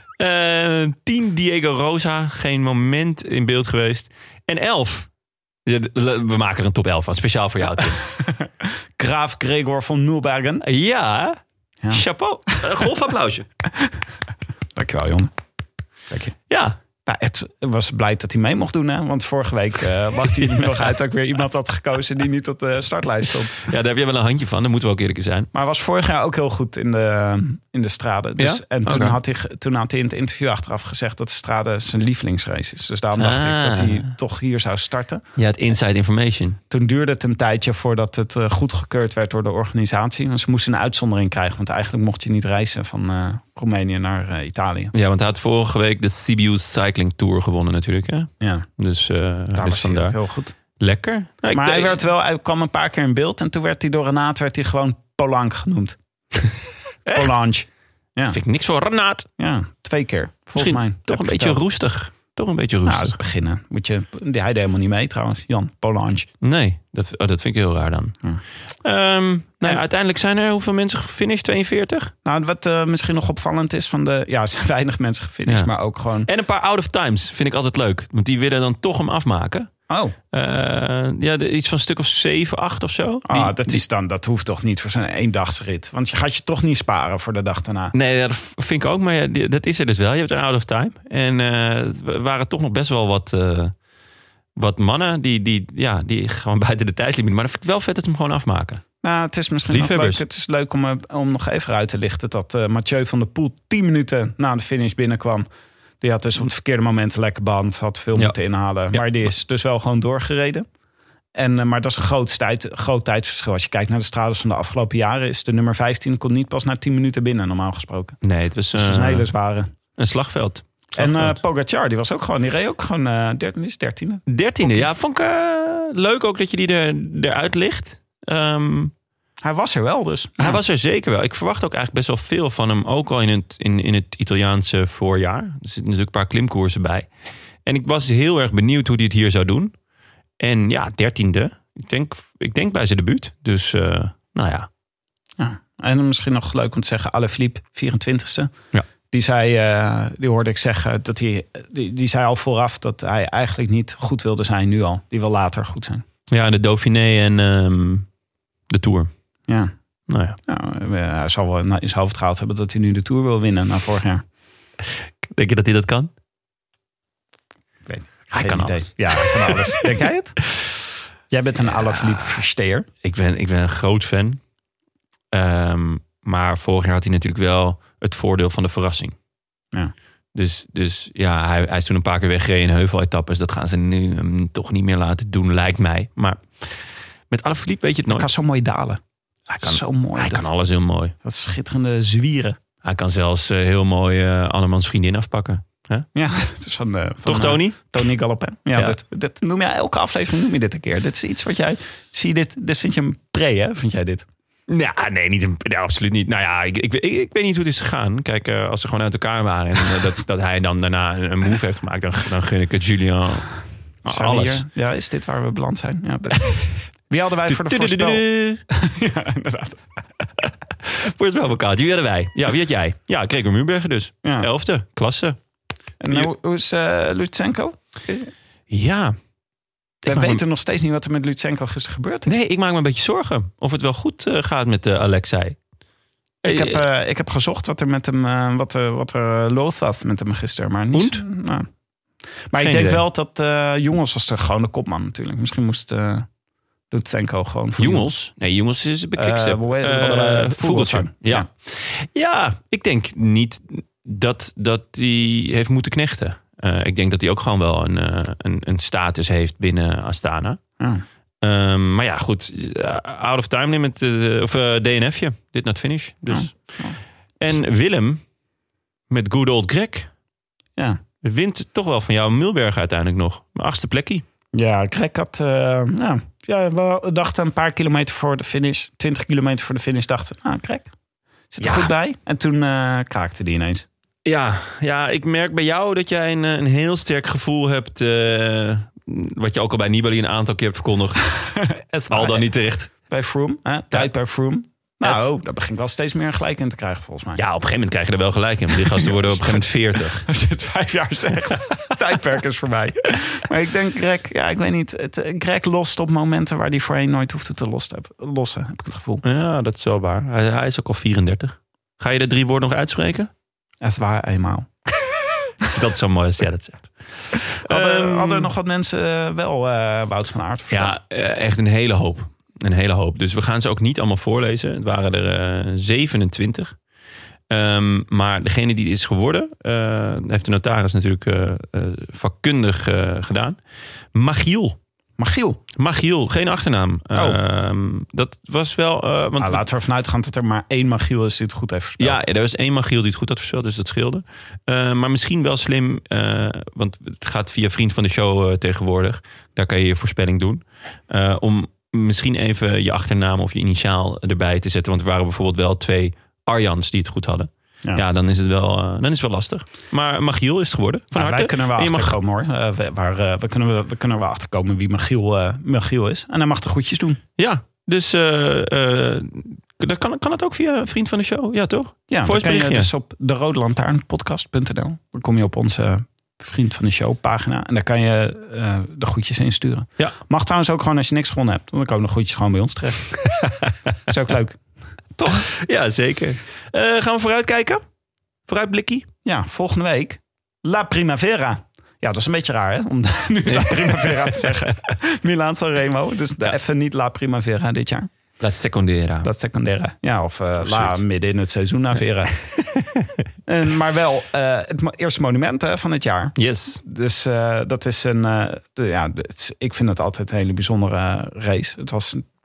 Speaker 4: 10 Diego Rosa. Geen moment in beeld geweest. En 11. We maken er een top 11 van. Speciaal voor jou, Tim.
Speaker 3: Graaf Gregor van Nürburgring.
Speaker 4: Ja. Chapeau. Golfapplausje.
Speaker 3: Dankjewel, jongen. Dank je.
Speaker 4: Ja.
Speaker 3: Nou, het was blij dat hij mee mocht doen, hè? Want vorige week lag hij er nog uit dat ik weer iemand had gekozen die niet op de startlijst stond.
Speaker 4: Ja, daar heb je wel een handje van. Dat moeten we ook eerlijk zijn.
Speaker 3: Maar hij was vorig jaar ook heel goed in de strade. Dus,
Speaker 4: Ja?
Speaker 3: En toen,
Speaker 4: Okay.
Speaker 3: toen had hij in het interview achteraf gezegd dat de strade zijn lievelingsrace is. Dus daarom dacht ik dat hij toch hier zou starten.
Speaker 4: Ja, het inside information.
Speaker 3: Toen duurde het een tijdje voordat het goedgekeurd werd door de organisatie. Want ze moesten een uitzondering krijgen. Want eigenlijk mocht je niet reizen van Roemenië naar Italië.
Speaker 4: Ja, want hij had vorige week de Sibiu Cycling Tour gewonnen natuurlijk. Hè?
Speaker 3: Ja,
Speaker 4: Dus
Speaker 3: daar was hij
Speaker 4: vandaar.
Speaker 3: ook heel goed.
Speaker 4: Lekker. Nou,
Speaker 3: Maar hij kwam een paar keer in beeld. En toen werd hij door Renaat gewoon Polank genoemd. Polange. Ja.
Speaker 4: Vind ik niks voor Renaat.
Speaker 3: Ja, 2 keer. Volgens
Speaker 4: Misschien
Speaker 3: mij.
Speaker 4: toch
Speaker 3: Heb
Speaker 4: een
Speaker 3: ik
Speaker 4: beetje
Speaker 3: verteld.
Speaker 4: roestig. Toch een beetje
Speaker 3: Nou,
Speaker 4: roestig.
Speaker 3: dat is beginnen. Hij deed helemaal niet mee trouwens. Jan Polange.
Speaker 4: Nee, dat vind ik heel raar dan. Uiteindelijk zijn er hoeveel mensen gefinished? 42?
Speaker 3: Nou, wat misschien nog opvallend is van de... Ja, er zijn weinig mensen gefinished,
Speaker 4: Ja.
Speaker 3: maar ook gewoon...
Speaker 4: En een paar out of times vind ik altijd leuk. Want die willen dan toch hem afmaken.
Speaker 3: Oh,
Speaker 4: Iets van een stuk of 7, 8 of zo.
Speaker 3: dat hoeft toch niet voor zo'n eendagsrit? Want je gaat je toch niet sparen voor de dag daarna.
Speaker 4: Nee, dat vind ik ook. Maar ja, dat is er dus wel. Je hebt een out of time. En er waren toch nog best wel wat mannen die gewoon buiten de tijdslimiet. Maar dat vind ik wel vet dat ze hem gewoon afmaken.
Speaker 3: Nou, het is misschien nog leuk.
Speaker 4: Liefhebbers.
Speaker 3: Het is leuk om nog even uit te lichten dat Mathieu van der Poel 10 minuten na de finish binnenkwam. Die had dus op het verkeerde moment een lekke band. Had veel moeten inhalen.
Speaker 4: Ja.
Speaker 3: Maar die is dus wel gewoon doorgereden. Maar dat is een groot tijdsverschil. Als je kijkt naar de strades van de afgelopen jaren... is de nummer 15 komt niet pas na 10 minuten binnen, normaal gesproken.
Speaker 4: Nee, het was
Speaker 3: Dus dat is een hele zware.
Speaker 4: een slagveld.
Speaker 3: En Pogacar, die reed ook gewoon 13e.
Speaker 4: 13e, ja, vond ik leuk ook dat je die eruit ligt.
Speaker 3: Hij was er wel dus.
Speaker 4: Hij was er zeker wel. Ik verwacht ook eigenlijk best wel veel van hem. Ook al in het Italiaanse voorjaar. Er zitten natuurlijk een paar klimkoersen bij. En ik was heel erg benieuwd hoe hij het hier zou doen. En ja, 13e. Ik denk bij zijn debuut. Dus, nou ja.
Speaker 3: En misschien nog leuk om te zeggen, Alaphilippe, 24e.
Speaker 4: Ja.
Speaker 3: Die hoorde ik zeggen, dat die zei al vooraf dat hij eigenlijk niet goed wilde zijn nu al. Die wil later goed zijn.
Speaker 4: Ja, de Dauphiné en de Tour.
Speaker 3: Ja.
Speaker 4: Nou ja.
Speaker 3: Hij zal wel in zijn hoofd gehaald hebben dat hij nu de Tour wil winnen na vorig jaar.
Speaker 4: Denk je dat hij dat kan?
Speaker 3: Hij kan alles. Ja, hij kan alles. Denk jij het? Jij bent een Alaphilippe versteer.
Speaker 4: Ik ben een groot fan. Maar vorig jaar had hij natuurlijk wel het voordeel van de verrassing.
Speaker 3: Ja.
Speaker 4: Dus ja, hij is toen een paar keer weggereden in heuveletappes. Dat gaan ze nu hem toch niet meer laten doen, lijkt mij. Maar met Alaphilippe weet je het nooit.
Speaker 3: Hij kan zo mooi dalen.
Speaker 4: Hij kan alles heel mooi.
Speaker 3: Dat schitterende zwieren.
Speaker 4: Hij kan zelfs heel mooi Annemans vriendin afpakken. Huh?
Speaker 3: Ja, het is van
Speaker 4: toch Tony?
Speaker 3: Tony Galopin. Ja,
Speaker 4: Ja.
Speaker 3: dit noem je elke aflevering noem je dit een keer. Dit is iets wat jij... Zie je dit vind je een pre, hè? Vind jij dit?
Speaker 4: Ja, nee, absoluut niet. Nou ja, ik weet niet hoe het is gegaan. Kijk, als ze gewoon uit elkaar waren en dat hij dan daarna een move heeft gemaakt, dan gun ik het Julien alles.
Speaker 3: Ja, is dit waar we beland zijn? Ja, wie hadden wij voor de voorspel? Ja, inderdaad.
Speaker 4: Voorspelbokaal, wie hadden wij? Ja, wie had jij? Ja, Gregor Muurberger dus.
Speaker 3: Ja.
Speaker 4: 11e, klasse.
Speaker 3: En hoe is Lutsenko?
Speaker 4: Ja.
Speaker 3: We weten nog steeds niet wat er met Lutsenko gisteren gebeurd is.
Speaker 4: Nee, ik maak me een beetje zorgen. Of het wel goed gaat met Alexei.
Speaker 3: Ik heb gezocht wat er met hem, wat er los was met hem gisteren. Maar niet. Nou. Maar ik denk
Speaker 4: idee.
Speaker 3: wel dat Jongens was er gewoon de kopman natuurlijk. Misschien moest Lutsenko gewoon voor
Speaker 4: Jongens? Nee, Jongens is bij Quickstep.
Speaker 3: Vogeltje.
Speaker 4: Ja, ik denk niet dat hij heeft moeten knechten. Ik denk dat hij ook gewoon wel een status heeft binnen Astana.
Speaker 3: Ja.
Speaker 4: Maar ja, goed. Out of time limit. Of DNF'je. Dit not finish. Dus.
Speaker 3: Ja.
Speaker 4: En Willem met good old Greg.
Speaker 3: Ja.
Speaker 4: Wint toch wel van jou Mulberg uiteindelijk nog. Mijn 8e plekje.
Speaker 3: Ja, Greg had... we dachten een paar kilometer voor de finish. 20 kilometer voor de finish dachten we... Greg, zit er goed bij. En toen kraakte die ineens.
Speaker 4: Ja, ik merk bij jou dat jij een heel sterk gevoel hebt. Wat je ook al bij Nibali een aantal keer hebt verkondigd. Al dan niet terecht.
Speaker 3: Bij Froome, tijd bij Froome. Nou, daar begint wel steeds meer gelijk in te krijgen volgens mij.
Speaker 4: Ja, op een gegeven moment krijg je er wel gelijk in. Want die gasten worden op een gegeven moment 40.
Speaker 3: Als je het 5 jaar zegt, tijdperk is voorbij. Maar ik denk Greg, ik weet niet. Greg lost op momenten waar hij voorheen nooit hoefde te lossen, heb ik het gevoel.
Speaker 4: Ja, dat is wel waar. Hij is ook al 34. Ga je de 3 woorden nog uitspreken?
Speaker 3: Dat is waar, eenmaal.
Speaker 4: Dat is zo mooi als jij dat zegt.
Speaker 3: Hadden nog wat mensen wel Wout van Aert verteld?
Speaker 4: Ja, echt een hele hoop. Een hele hoop. Dus we gaan ze ook niet allemaal voorlezen. Het waren er 27. Maar degene die is geworden, heeft de notaris natuurlijk vakkundig gedaan. Magiel, geen achternaam. Dat was wel... want
Speaker 3: laten we ervan uitgaan dat er maar 1 Magiel is die het goed heeft voorspeld.
Speaker 4: Ja, er was 1 Magiel die het goed had voorspeld, dus dat scheelde. Maar misschien wel slim, want het gaat via Vriend van de Show tegenwoordig. Daar kan je je voorspelling doen. Om misschien even je achternaam of je initiaal erbij te zetten. Want er waren bijvoorbeeld wel 2 Arjans die het goed hadden. Ja, dan is het wel lastig. Maar Magiel is het geworden. Van harte.
Speaker 3: Wij kunnen er wel achterkomen hoor. We kunnen er wel achterkomen wie Magiel is. En hij mag de groetjes doen.
Speaker 4: Ja, dus dan kan het ook via Vriend van de Show. Ja, toch?
Speaker 3: Ja, dan kan je dus op de roodlantaarnpodcast.nl. Dan kom je op onze Vriend van de Show pagina. En daar kan je de groetjes insturen.
Speaker 4: Ja.
Speaker 3: Mag trouwens ook gewoon als je niks gewonnen hebt. Dan komen de groetjes gewoon bij ons terecht. Is ook leuk. Toch?
Speaker 4: Ja, zeker. Gaan we vooruit kijken? Vooruitblikkie?
Speaker 3: Ja, volgende week. La Primavera. Ja, dat is een beetje raar hè? Om nu La Primavera te zeggen. Milaan Sanremo. Dus even niet La Primavera dit jaar.
Speaker 4: La Secondera.
Speaker 3: Ja, of La midden in het seizoen Navera. Maar wel het eerste monument van het jaar.
Speaker 4: Yes.
Speaker 3: Dus dat is ik vind het altijd een hele bijzondere race. Het was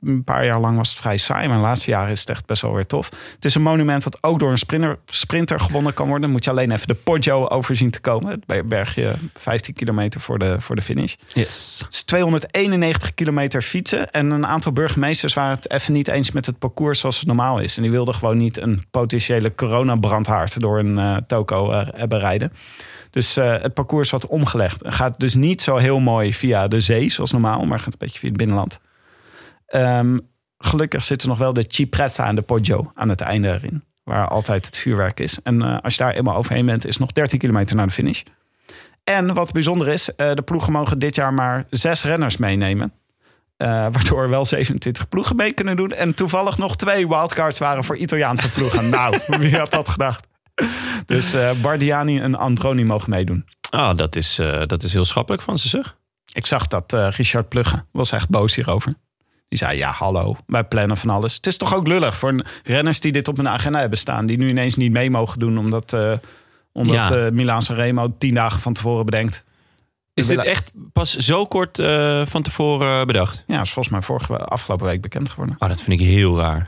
Speaker 3: een paar jaar lang was het vrij saai. Maar de laatste jaren is het echt best wel weer tof. Het is een monument wat ook door een sprinter gewonnen kan worden. Moet je alleen even de Poggio over zien te komen. Het bergje 15 kilometer voor de finish.
Speaker 4: Yes.
Speaker 3: Het is 291 kilometer fietsen. En een aantal burgemeesters waren het even niet eens met het parcours zoals het normaal is. En die wilden gewoon niet een potentiële coronabrandhaard door een toko hebben rijden. Dus het parcours wordt omgelegd. Het gaat dus niet zo heel mooi via de zee zoals normaal, maar gaat een beetje via het binnenland. Gelukkig zit er nog wel de Cipressa en de Poggio aan het einde erin. Waar altijd het vuurwerk is. En als je daar eenmaal overheen bent, is het nog 13 kilometer naar de finish. En wat bijzonder is, de ploegen mogen dit jaar maar 6 renners meenemen. Waardoor er wel 27 ploegen mee kunnen doen. En toevallig nog 2 wildcards waren voor Italiaanse ploegen. Nou, wie had dat gedacht? Dus Bardiani en Androni mogen meedoen.
Speaker 4: Dat is heel schappelijk van ze, zeg.
Speaker 3: Ik zag dat Richard Plugge was echt boos hierover. Die zei, ja, hallo, wij plannen van alles. Het is toch ook lullig voor renners die dit op hun agenda hebben staan. Die nu ineens niet mee mogen doen omdat Milaan-San Remo 10 dagen van tevoren bedenkt.
Speaker 4: Is dit echt pas zo kort van tevoren bedacht?
Speaker 3: Ja, is volgens mij afgelopen week bekend geworden.
Speaker 4: Dat vind ik heel raar.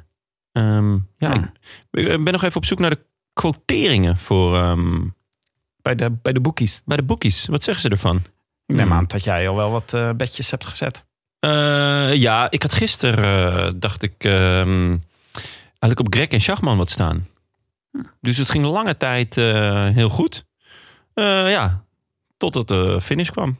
Speaker 4: Ik ben nog even op zoek naar de quoteringen voor...
Speaker 3: Bij de boekies.
Speaker 4: Bij de boekies. Wat zeggen ze ervan?
Speaker 3: Ik neem aan dat jij al wel wat bedjes hebt gezet.
Speaker 4: Ja, ik had gisteren, dacht ik, had ik op Greg en Schachman wat staan. Dus het ging lange tijd heel goed. Totdat de finish kwam.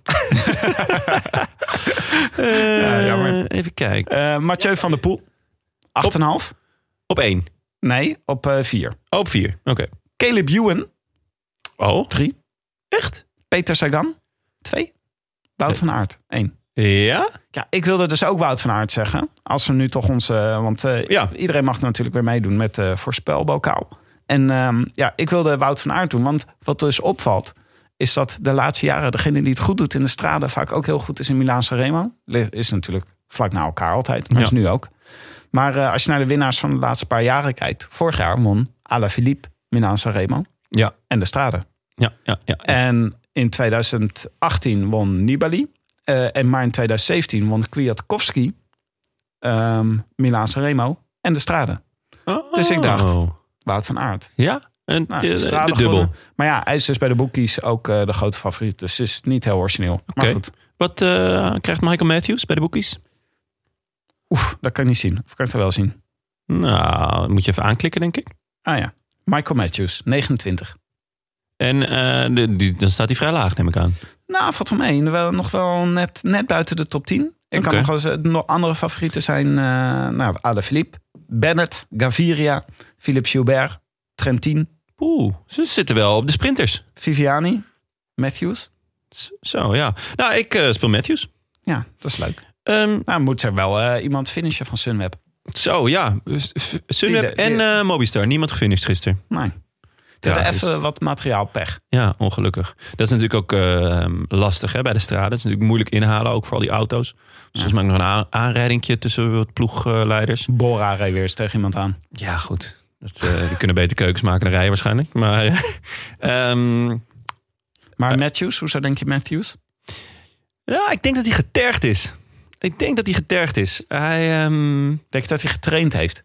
Speaker 3: Jammer.
Speaker 4: Even kijken.
Speaker 3: Mathieu van der Poel. 8,5.
Speaker 4: Op 1?
Speaker 3: Nee, op 4.
Speaker 4: Op 4, oké.
Speaker 3: Caleb Ewan.
Speaker 4: 3. Echt?
Speaker 3: Peter Sagan. 2. Wout van Aert. 1.
Speaker 4: Ja?
Speaker 3: Ja, ik wilde dus ook Wout van Aert zeggen. Als we nu toch want iedereen mag natuurlijk weer meedoen met voorspelbokaal. En ik wilde Wout van Aert doen. Want wat dus opvalt, is dat de laatste jaren degene die het goed doet in de straden vaak ook heel goed is in Milaan-San Remo. Is natuurlijk vlak na elkaar altijd, maar is nu ook. Maar als je naar de winnaars van de laatste paar jaren kijkt. Vorig jaar won Alaphilippe Milaan-San Remo.
Speaker 4: Ja.
Speaker 3: En de straden.
Speaker 4: Ja.
Speaker 3: En in 2018 won Nibali. Maar in 2017 won Kwiatkowski Milaan-San Remo en de straden. Dus ik dacht, Wout van Aert.
Speaker 4: Ja? En
Speaker 3: de straden
Speaker 4: de dubbel.
Speaker 3: Maar ja, hij is dus bij de boekies ook de grote favoriet. Dus het is niet heel origineel.
Speaker 4: Okay.
Speaker 3: Maar goed.
Speaker 4: Wat krijgt Michael Matthews bij de boekies?
Speaker 3: Dat kan je niet zien. Of kan ik het wel zien?
Speaker 4: Nou, moet je even aanklikken, denk ik.
Speaker 3: Ah ja, Michael Matthews, 29.
Speaker 4: En dan staat hij vrij laag, neem ik aan.
Speaker 3: Nou, valt wel mee. Nog wel net buiten de top 10. Ik kan nog eens nog andere favorieten zijn. Alaphilippe, Bennett, Gaviria, Philippe Gilbert, Trentin.
Speaker 4: Ze zitten wel op de sprinters.
Speaker 3: Viviani, Matthews.
Speaker 4: Zo, ja. Nou, ik speel Matthews.
Speaker 3: Ja, dat is leuk. Moet er wel iemand finishen van Sunweb.
Speaker 4: Zo, ja. Sunweb en Mobistar. Niemand gefinished gisteren.
Speaker 3: Nee. Even wat materiaalpech.
Speaker 4: Ja, ongelukkig. Dat is natuurlijk ook lastig bij de straden. Het is natuurlijk moeilijk inhalen, ook voor al die auto's. Dus soms maak ik nog een aanrijdingje tussen wat ploegleiders.
Speaker 3: Bora reed weer eens tegen iemand aan.
Speaker 4: Ja, goed. Die kunnen beter keukens maken dan rijden waarschijnlijk. Maar
Speaker 3: Matthews, hoezo denk je Matthews?
Speaker 4: Ja, ik denk dat hij getergd is.
Speaker 3: Denk je dat hij getraind heeft?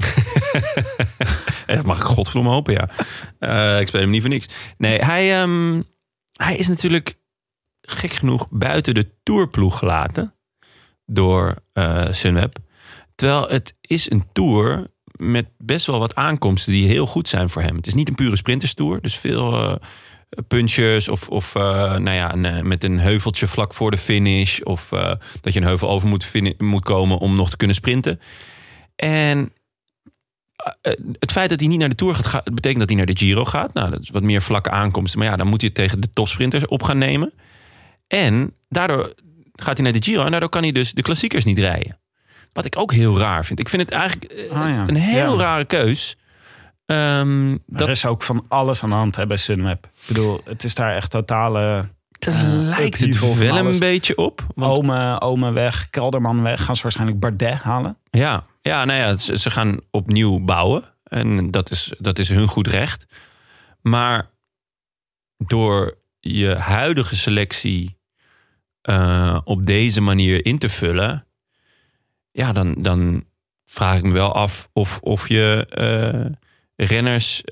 Speaker 4: Dat mag ik godverdomme hopen, ja. Ik speel hem niet voor niks. Nee, hij is natuurlijk gek genoeg buiten de tourploeg gelaten door Sunweb. Terwijl het is een tour met best wel wat aankomsten die heel goed zijn voor hem. Het is niet een pure sprinterstour, dus veel punches of met een heuveltje vlak voor de finish of dat je een heuvel over moet komen om nog te kunnen sprinten. En het feit dat hij niet naar de Tour gaat, betekent dat hij naar de Giro gaat. Nou, dat is wat meer vlakke aankomsten. Maar ja, dan moet hij het tegen de topsprinters op gaan nemen. En daardoor gaat hij naar de Giro en daardoor kan hij dus de klassiekers niet rijden. Wat ik ook heel raar vind. Ik vind het eigenlijk een heel rare keus.
Speaker 3: Er is ook van alles aan de hand bij Sunweb. Ik bedoel, het is daar echt totale...
Speaker 4: Dat lijkt het wel een beetje op.
Speaker 3: Ome weg, Kelderman weg. Gaan ze waarschijnlijk Bardet halen.
Speaker 4: Ja, ze gaan opnieuw bouwen. En dat is hun goed recht. Maar door je huidige selectie op deze manier in te vullen... Ja, dan vraag ik me wel af of je renners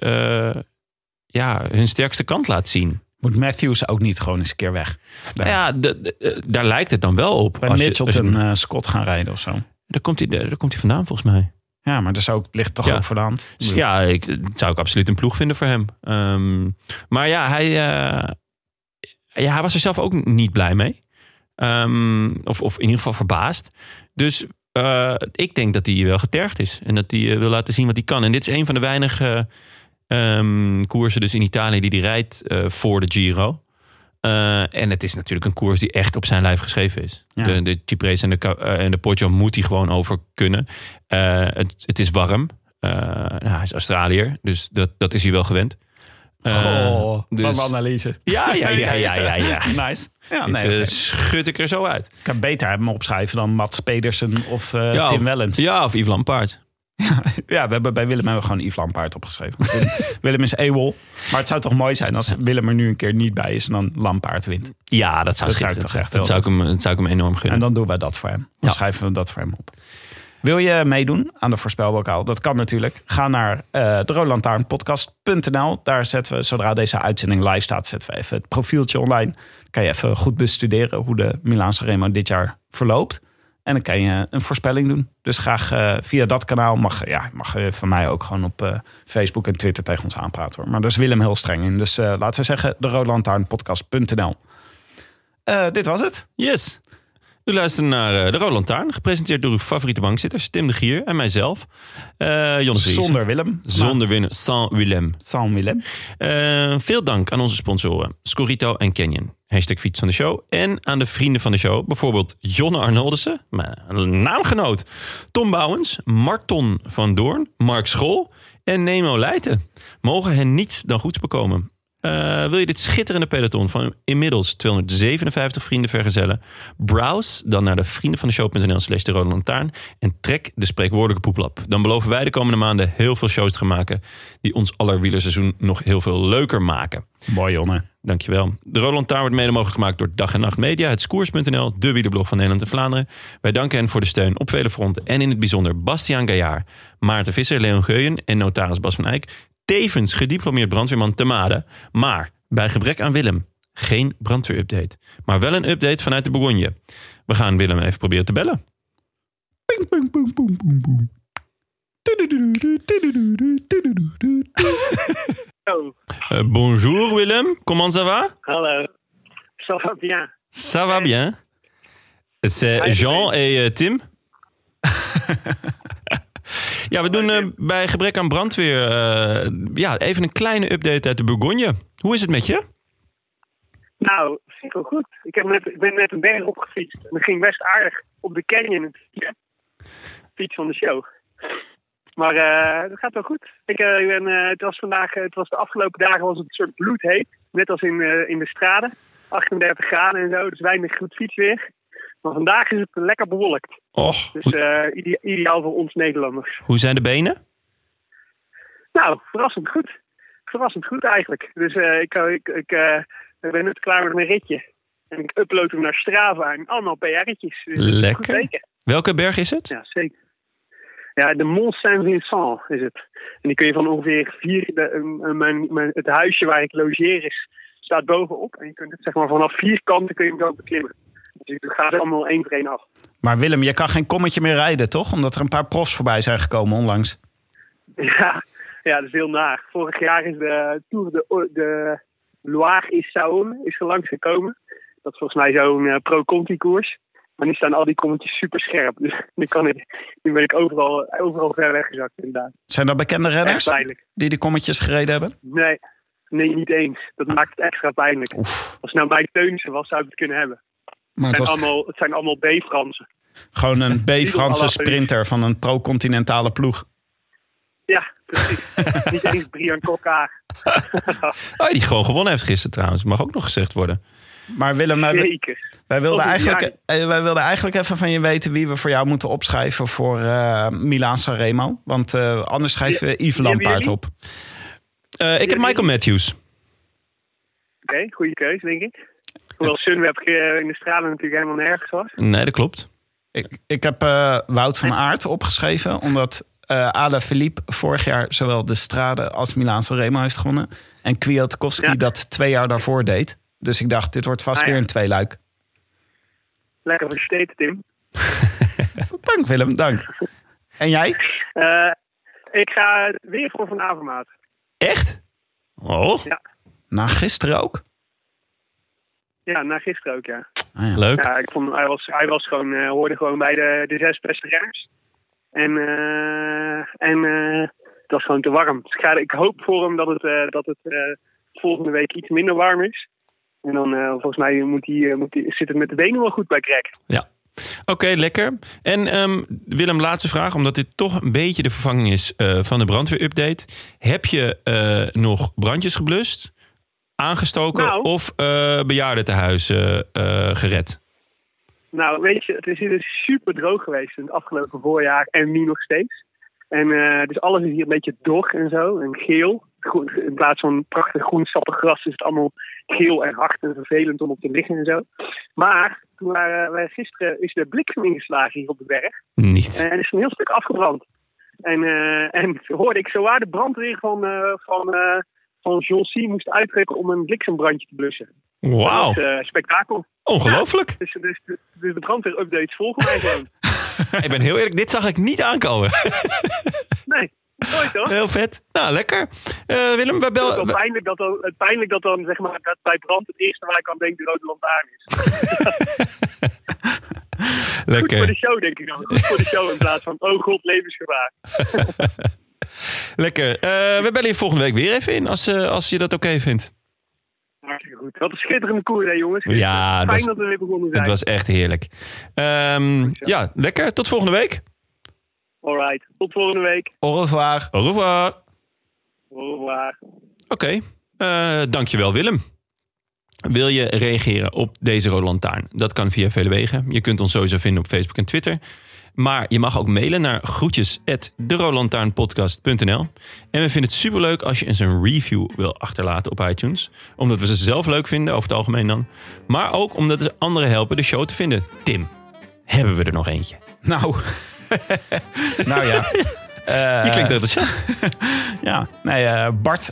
Speaker 4: hun sterkste kant laat zien.
Speaker 3: Moet Matthews ook niet gewoon eens een keer weg?
Speaker 4: Ja, daar lijkt het dan wel op.
Speaker 3: Bij Mitchelton Scott gaan rijden of zo.
Speaker 4: Daar komt hij vandaan volgens mij.
Speaker 3: Ja, maar het ligt toch ook voor de hand.
Speaker 4: Dus ja, dat zou ik absoluut een ploeg vinden voor hem. Maar ja, hij was er zelf ook niet blij mee. Of in ieder geval verbaasd. Dus ik denk dat hij wel getergd is. En dat hij wil laten zien wat hij kan. En dit is een van de weinige koersen dus in Italië die hij rijdt voor de Giro. En het is natuurlijk een koers die echt op zijn lijf geschreven is. Ja. De Ciprese en de Poggio moet hij gewoon over kunnen. Het is warm. Hij is Australiër, dus dat is hij wel gewend.
Speaker 3: Wat analyse.
Speaker 4: Ja.
Speaker 3: Nice. Ja,
Speaker 4: schud ik er zo uit.
Speaker 3: Ik kan beter hem opschrijven dan Mats Pedersen of Tim Wellens.
Speaker 4: Ja, of Yves Lampaert.
Speaker 3: Ja, bij Willem hebben we gewoon Yves Lampaert opgeschreven. Willem is AWOL. Maar het zou toch mooi zijn als Willem er nu een keer niet bij is en dan Lampaert wint.
Speaker 4: Ja, dat zou ik hem enorm gunnen.
Speaker 3: En dan doen wij dat voor hem. Dan schrijven we dat voor hem op. Wil je meedoen aan de voorspelbokaal? Dat kan natuurlijk. Ga naar deroodlantaarnpodcast.nl. Daar zetten we, zodra deze uitzending live staat, zetten we even het profieltje online. Dan kan je even goed bestuderen hoe de Milaanse Remo dit jaar verloopt. En dan kan je een voorspelling doen. Dus graag via dat kanaal mag je van mij ook gewoon op Facebook en Twitter tegen ons aanpraten. Hoor. Maar daar is Willem heel streng in. Dus laten we zeggen, deroodlantaarnpodcast.nl. Dit was het.
Speaker 4: Yes. U luistert naar De Rode Lantaarn, gepresenteerd door uw favoriete bankzitters, Tim de Gier en mijzelf, Jonne Vries.
Speaker 3: Zonder Willem.
Speaker 4: Sans Willem.
Speaker 3: Sans Willem.
Speaker 4: Veel dank aan onze sponsoren, Scorito en Canyon, #fiets van de show. En aan de vrienden van de show, bijvoorbeeld Jonne Arnoldussen, mijn naamgenoot, Tom Bouwens, Marton van Doorn, Mark School en Nemo Leijten. Mogen hen niets dan goeds bekomen. Wil je dit schitterende peloton van inmiddels 257 vrienden vergezellen? Browse dan naar de vriendenvandeshow.nl/derodelantaarn en trek de spreekwoordelijke poeplap. Dan beloven wij de komende maanden heel veel shows te gaan maken die ons aller wielerseizoen nog heel veel leuker maken.
Speaker 3: Mooi, Jonne.
Speaker 4: Dankjewel. De Rode Lantaarn wordt mede mogelijk gemaakt door Dag en Nacht Media, het Koers.nl, de wielerblog van Nederland en Vlaanderen. Wij danken hen voor de steun op vele fronten en in het bijzonder Bastiaan Gaillard, Maarten Visser, Leon Geuyen en notaris Bas van Eyck. Tevens gediplomeerd brandweerman te Maden. Maar bij gebrek aan Willem geen brandweerupdate. Maar wel een update vanuit de Bourgogne. We gaan Willem even proberen te bellen. Ping, ping, ping, ping, ping, ping. Bonjour Willem, comment ça va?
Speaker 8: Hallo, ça va bien.
Speaker 4: Ça va bien. C'est Jean et Tim. Ja, we doen bij gebrek aan brandweer even een kleine update uit de Bourgogne. Hoe is het met je?
Speaker 8: Nou, vind ik wel goed. Ik ben net een berg opgefietst. En dat ging best aardig op de canyon. Fiets van de show. Maar dat gaat wel goed. Het was de afgelopen dagen was het een soort bloedheet. Net als in de straten. 38 graden en zo. Dus weinig goed fietsweer. Maar vandaag is het lekker bewolkt.
Speaker 4: Och,
Speaker 8: dus ideaal voor ons Nederlanders.
Speaker 4: Hoe zijn de benen?
Speaker 8: Nou, verrassend goed. Verrassend goed eigenlijk. Dus ik ben net klaar met mijn ritje. En ik upload hem naar Strava en allemaal PR'tjes. Dus
Speaker 4: lekker. Welke berg is het?
Speaker 8: Ja, zeker. Ja, de Mont Saint-Vincent is het. En die kun je van ongeveer het huisje waar ik logeer staat bovenop. En je kunt het zeg maar vanaf 4 kanten kun je hem zo beklimmen. Dus het gaat allemaal 1 voor 1 af. Maar
Speaker 3: Willem, je kan geen kommetje meer rijden, toch? Omdat er een paar profs voorbij zijn gekomen onlangs.
Speaker 8: Ja, dat is heel naar. Vorig jaar is de Tour de Loire-Isaune is er langs gekomen. Dat is volgens mij zo'n pro-Conti-koers. Maar nu staan al die kommetjes super scherp. Dus nu ben ik overal ver weggezakt inderdaad.
Speaker 3: Zijn dat bekende renners die die kommetjes gereden hebben?
Speaker 8: Nee, niet eens. Dat maakt het extra pijnlijk.
Speaker 3: Oef.
Speaker 8: Als het nou bij Teunissen was, zou ik het kunnen hebben. Maar het zijn allemaal B-Fransen.
Speaker 3: Gewoon een B-Franse sprinter van een pro-continentale ploeg.
Speaker 8: Ja, precies. Niet eens Brian Kokka.
Speaker 4: Die gewoon gewonnen heeft gisteren trouwens. Mag ook nog gezegd worden.
Speaker 3: Maar Willem, wij wilden eigenlijk even van je weten wie we voor jou moeten opschrijven voor Milaanse Remo. Want anders schrijven we Yves Lampaert op.
Speaker 4: Ik heb Michael Matthews.
Speaker 8: Oké, goede keus, denk ik. Hoewel Sunweb in de straten natuurlijk helemaal nergens was.
Speaker 4: Nee, dat klopt.
Speaker 3: Ik heb Wout van Aert opgeschreven, omdat Alaphilippe vorig jaar zowel de Strade als Milaan-San Remo heeft gewonnen. En Kwiatkowski dat 2 jaar daarvoor deed. Dus ik dacht, dit wordt vast weer een tweeluik.
Speaker 8: Lekker versteten, Tim.
Speaker 3: Dank Willem, dank. En jij?
Speaker 8: Ik ga weer voor Van Avermaat.
Speaker 4: Echt? Oh.
Speaker 8: Ja.
Speaker 3: Na gisteren ook?
Speaker 8: Ja, na gisteren ook, ja.
Speaker 3: Ah, ja.
Speaker 4: Leuk.
Speaker 8: Ja, ik vond hij was gewoon, hoorde gewoon bij de 6 beste renners. En het was gewoon te warm. Dus ik hoop voor hem dat het volgende week iets minder warm is. En dan volgens mij zit het met de benen wel goed bij Greg.
Speaker 4: Ja. Oké, lekker. En Willem, laatste vraag, omdat dit toch een beetje de vervanging is van de brandweerupdate. Heb je nog brandjes geblust, aangestoken of bejaardentehuizen gered?
Speaker 8: Nou, weet je, het is hier super droog geweest in het afgelopen voorjaar en nu nog steeds. En dus alles is hier een beetje dor en zo, en geel. In plaats van prachtig groen sappig gras is het allemaal geel en hard en vervelend om op te liggen en zo. Maar toen wij gisteren is de bliksem ingeslagen hier op de berg.
Speaker 4: Niet.
Speaker 8: En is een heel stuk afgebrand. En hoorde ik zowaar de brandweer van Joncy moest uittrekken om een bliksembrandje te blussen.
Speaker 4: Wauw.
Speaker 8: Dat was spektakel.
Speaker 4: Ongelooflijk.
Speaker 8: Ja, dus de brandweer-updates volgen mij gewoon.
Speaker 4: Ik ben heel eerlijk, dit zag ik niet aankomen.
Speaker 8: Nee, mooi toch?
Speaker 4: Heel vet. Nou, lekker. Willem,
Speaker 8: Het is wel pijnlijk dat dan zeg maar, dat bij brand het eerste waar ik aan denk de rode lantaarn is.
Speaker 4: lekker.
Speaker 8: Goed voor de show, denk ik dan. Goed voor de show in plaats van, oh god, levensgevaar.
Speaker 4: Lekker. We bellen je volgende week weer even in, als je dat oké vindt.
Speaker 8: Hartstikke goed. Wat een schitterende koers, hè, jongens.
Speaker 4: Ja,
Speaker 8: Fijn dat we weer begonnen zijn.
Speaker 4: Het was echt heerlijk. Ja, lekker. Tot volgende week.
Speaker 8: Alright, tot volgende week.
Speaker 3: Au revoir.
Speaker 4: Au revoir.
Speaker 8: Au revoir.
Speaker 4: Oké, dankjewel Willem. Wil je reageren op deze Rode Lantaarn? Dat kan via vele wegen. Je kunt ons sowieso vinden op Facebook en Twitter. Maar je mag ook mailen naar groetjes@deroodlantaarnpodcast.nl. En we vinden het superleuk als je eens een review wil achterlaten op iTunes. Omdat we ze zelf leuk vinden, over het algemeen dan. Maar ook omdat ze anderen helpen de show te vinden. Tim, hebben we er nog eentje?
Speaker 3: Nou ja.
Speaker 4: Je klinkt enthousiast.
Speaker 3: Ja, nee, Bart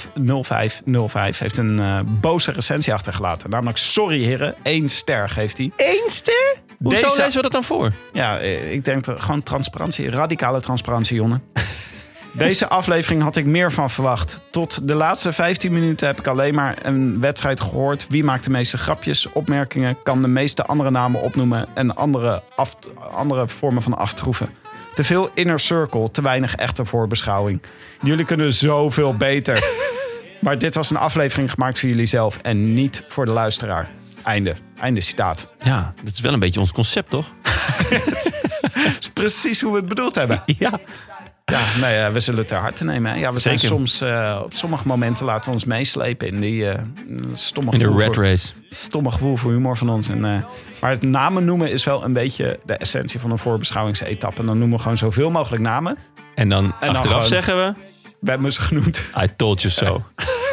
Speaker 3: 0505 heeft een boze recensie achtergelaten. Namelijk, sorry heren, 1 ster geeft hij.
Speaker 4: 1 ster? Hoezo lezen we dat dan voor?
Speaker 3: Ja, ik denk gewoon transparantie, radicale transparantie, jongen. Deze aflevering had ik meer van verwacht. Tot de laatste 15 minuten heb ik alleen maar een wedstrijd gehoord. Wie maakt de meeste grapjes, opmerkingen, kan de meeste andere namen opnoemen en andere vormen van aftroeven. Te veel inner circle, te weinig echte voorbeschouwing. Jullie kunnen zoveel beter. Maar dit was een aflevering gemaakt voor jullie zelf en niet voor de luisteraar. Einde citaat.
Speaker 4: Ja, dat is wel een beetje ons concept, toch?
Speaker 3: Dat is precies hoe we het bedoeld hebben.
Speaker 4: Ja.
Speaker 3: Ja, nee, we zullen het ter harte nemen. Hè? Ja, we zijn soms op sommige momenten laten we ons meeslepen in die stomme gevoel.
Speaker 4: In de rat race.
Speaker 3: Stomme gevoel voor humor van ons. Maar het namen noemen is wel een beetje de essentie van een voorbeschouwingsetappe. En dan noemen we gewoon zoveel mogelijk namen.
Speaker 4: En dan achteraf
Speaker 3: gewoon,
Speaker 4: zeggen we...
Speaker 3: We hebben ze genoemd.
Speaker 4: I told you so.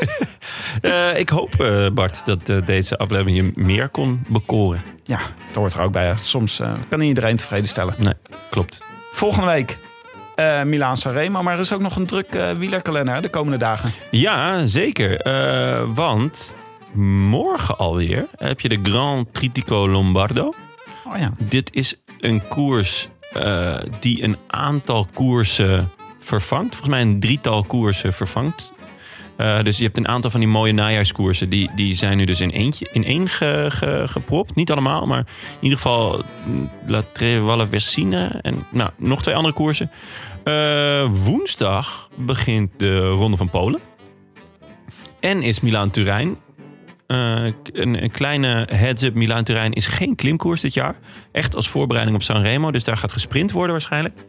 Speaker 4: Ik hoop, Bart, dat deze aflevering je meer kon bekoren.
Speaker 3: Ja, dat hoort er ook bij. Soms kan niet iedereen tevreden stellen.
Speaker 4: Nee, klopt.
Speaker 3: Volgende week Milaan-San Remo. Maar er is ook nog een druk wielerkalender de komende dagen.
Speaker 4: Ja, zeker. Want morgen alweer heb je de Grand Tritico Lombardo.
Speaker 3: Oh ja.
Speaker 4: Dit is een koers die een aantal koersen vervangt. Volgens mij een 3-tal koersen vervangt. Dus je hebt een aantal van die mooie najaarskoersen. Die zijn nu dus in één gepropt. Niet allemaal, maar in ieder geval La Trevalle Versine. En nog 2 andere koersen. Woensdag begint de Ronde van Polen. En is Milaan-Turijn. Een kleine heads-up. Milaan-Turijn is geen klimkoers dit jaar. Echt als voorbereiding op Sanremo. Dus daar gaat gesprint worden waarschijnlijk.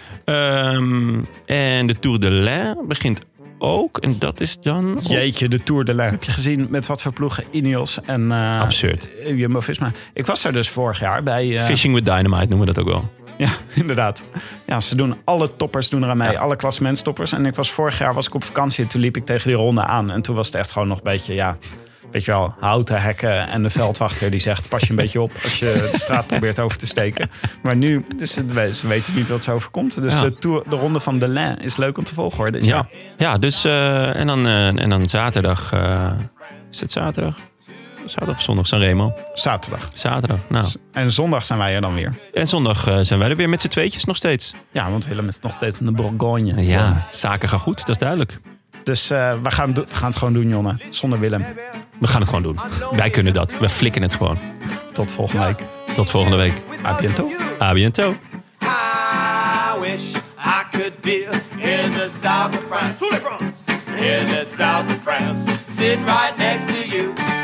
Speaker 4: En de Tour de l'Ain begint ook. En dat is dan...
Speaker 3: Jeetje, de Tour de l'Ain. Heb je gezien met wat voor ploegen Ineos en
Speaker 4: absurd.
Speaker 3: Jumbo-Visma. Ik was daar dus vorig jaar bij...
Speaker 4: Fishing with Dynamite noemen we dat ook wel.
Speaker 3: Ja, inderdaad. Ja, ze doen alle toppers doen er aan mee. Ja. Alle klassementstoppers. En vorig jaar was ik op vakantie en toen liep ik tegen die ronde aan. En toen was het echt gewoon nog een beetje, weet je wel, houten hekken en de veldwachter die zegt, pas je een beetje op als je de straat probeert over te steken. Maar nu, dus ze weten niet wat ze overkomt. Dus de ronde van Delain is leuk om te volgen hoor. Dus
Speaker 4: ja, dus en dan zaterdag. Is het zaterdag? Zaterdag of zondag? Sanremo? Zaterdag, nou.
Speaker 3: En zondag zijn wij er dan weer.
Speaker 4: En zondag zijn wij er weer met z'n tweetjes nog steeds.
Speaker 3: Ja, want Willem is nog steeds van de Bourgogne.
Speaker 4: Ja, zaken gaan goed, dat is duidelijk.
Speaker 3: Dus we gaan het gewoon doen, Jonne. Zonder Willem.
Speaker 4: We gaan het gewoon doen. Wij kunnen dat. We flikken het gewoon.
Speaker 3: Tot volgende week.
Speaker 4: Tot volgende week.
Speaker 3: A bientôt.
Speaker 4: A bientôt.
Speaker 7: I wish I could be in the south of France. In the south of France. Sitting right next to you.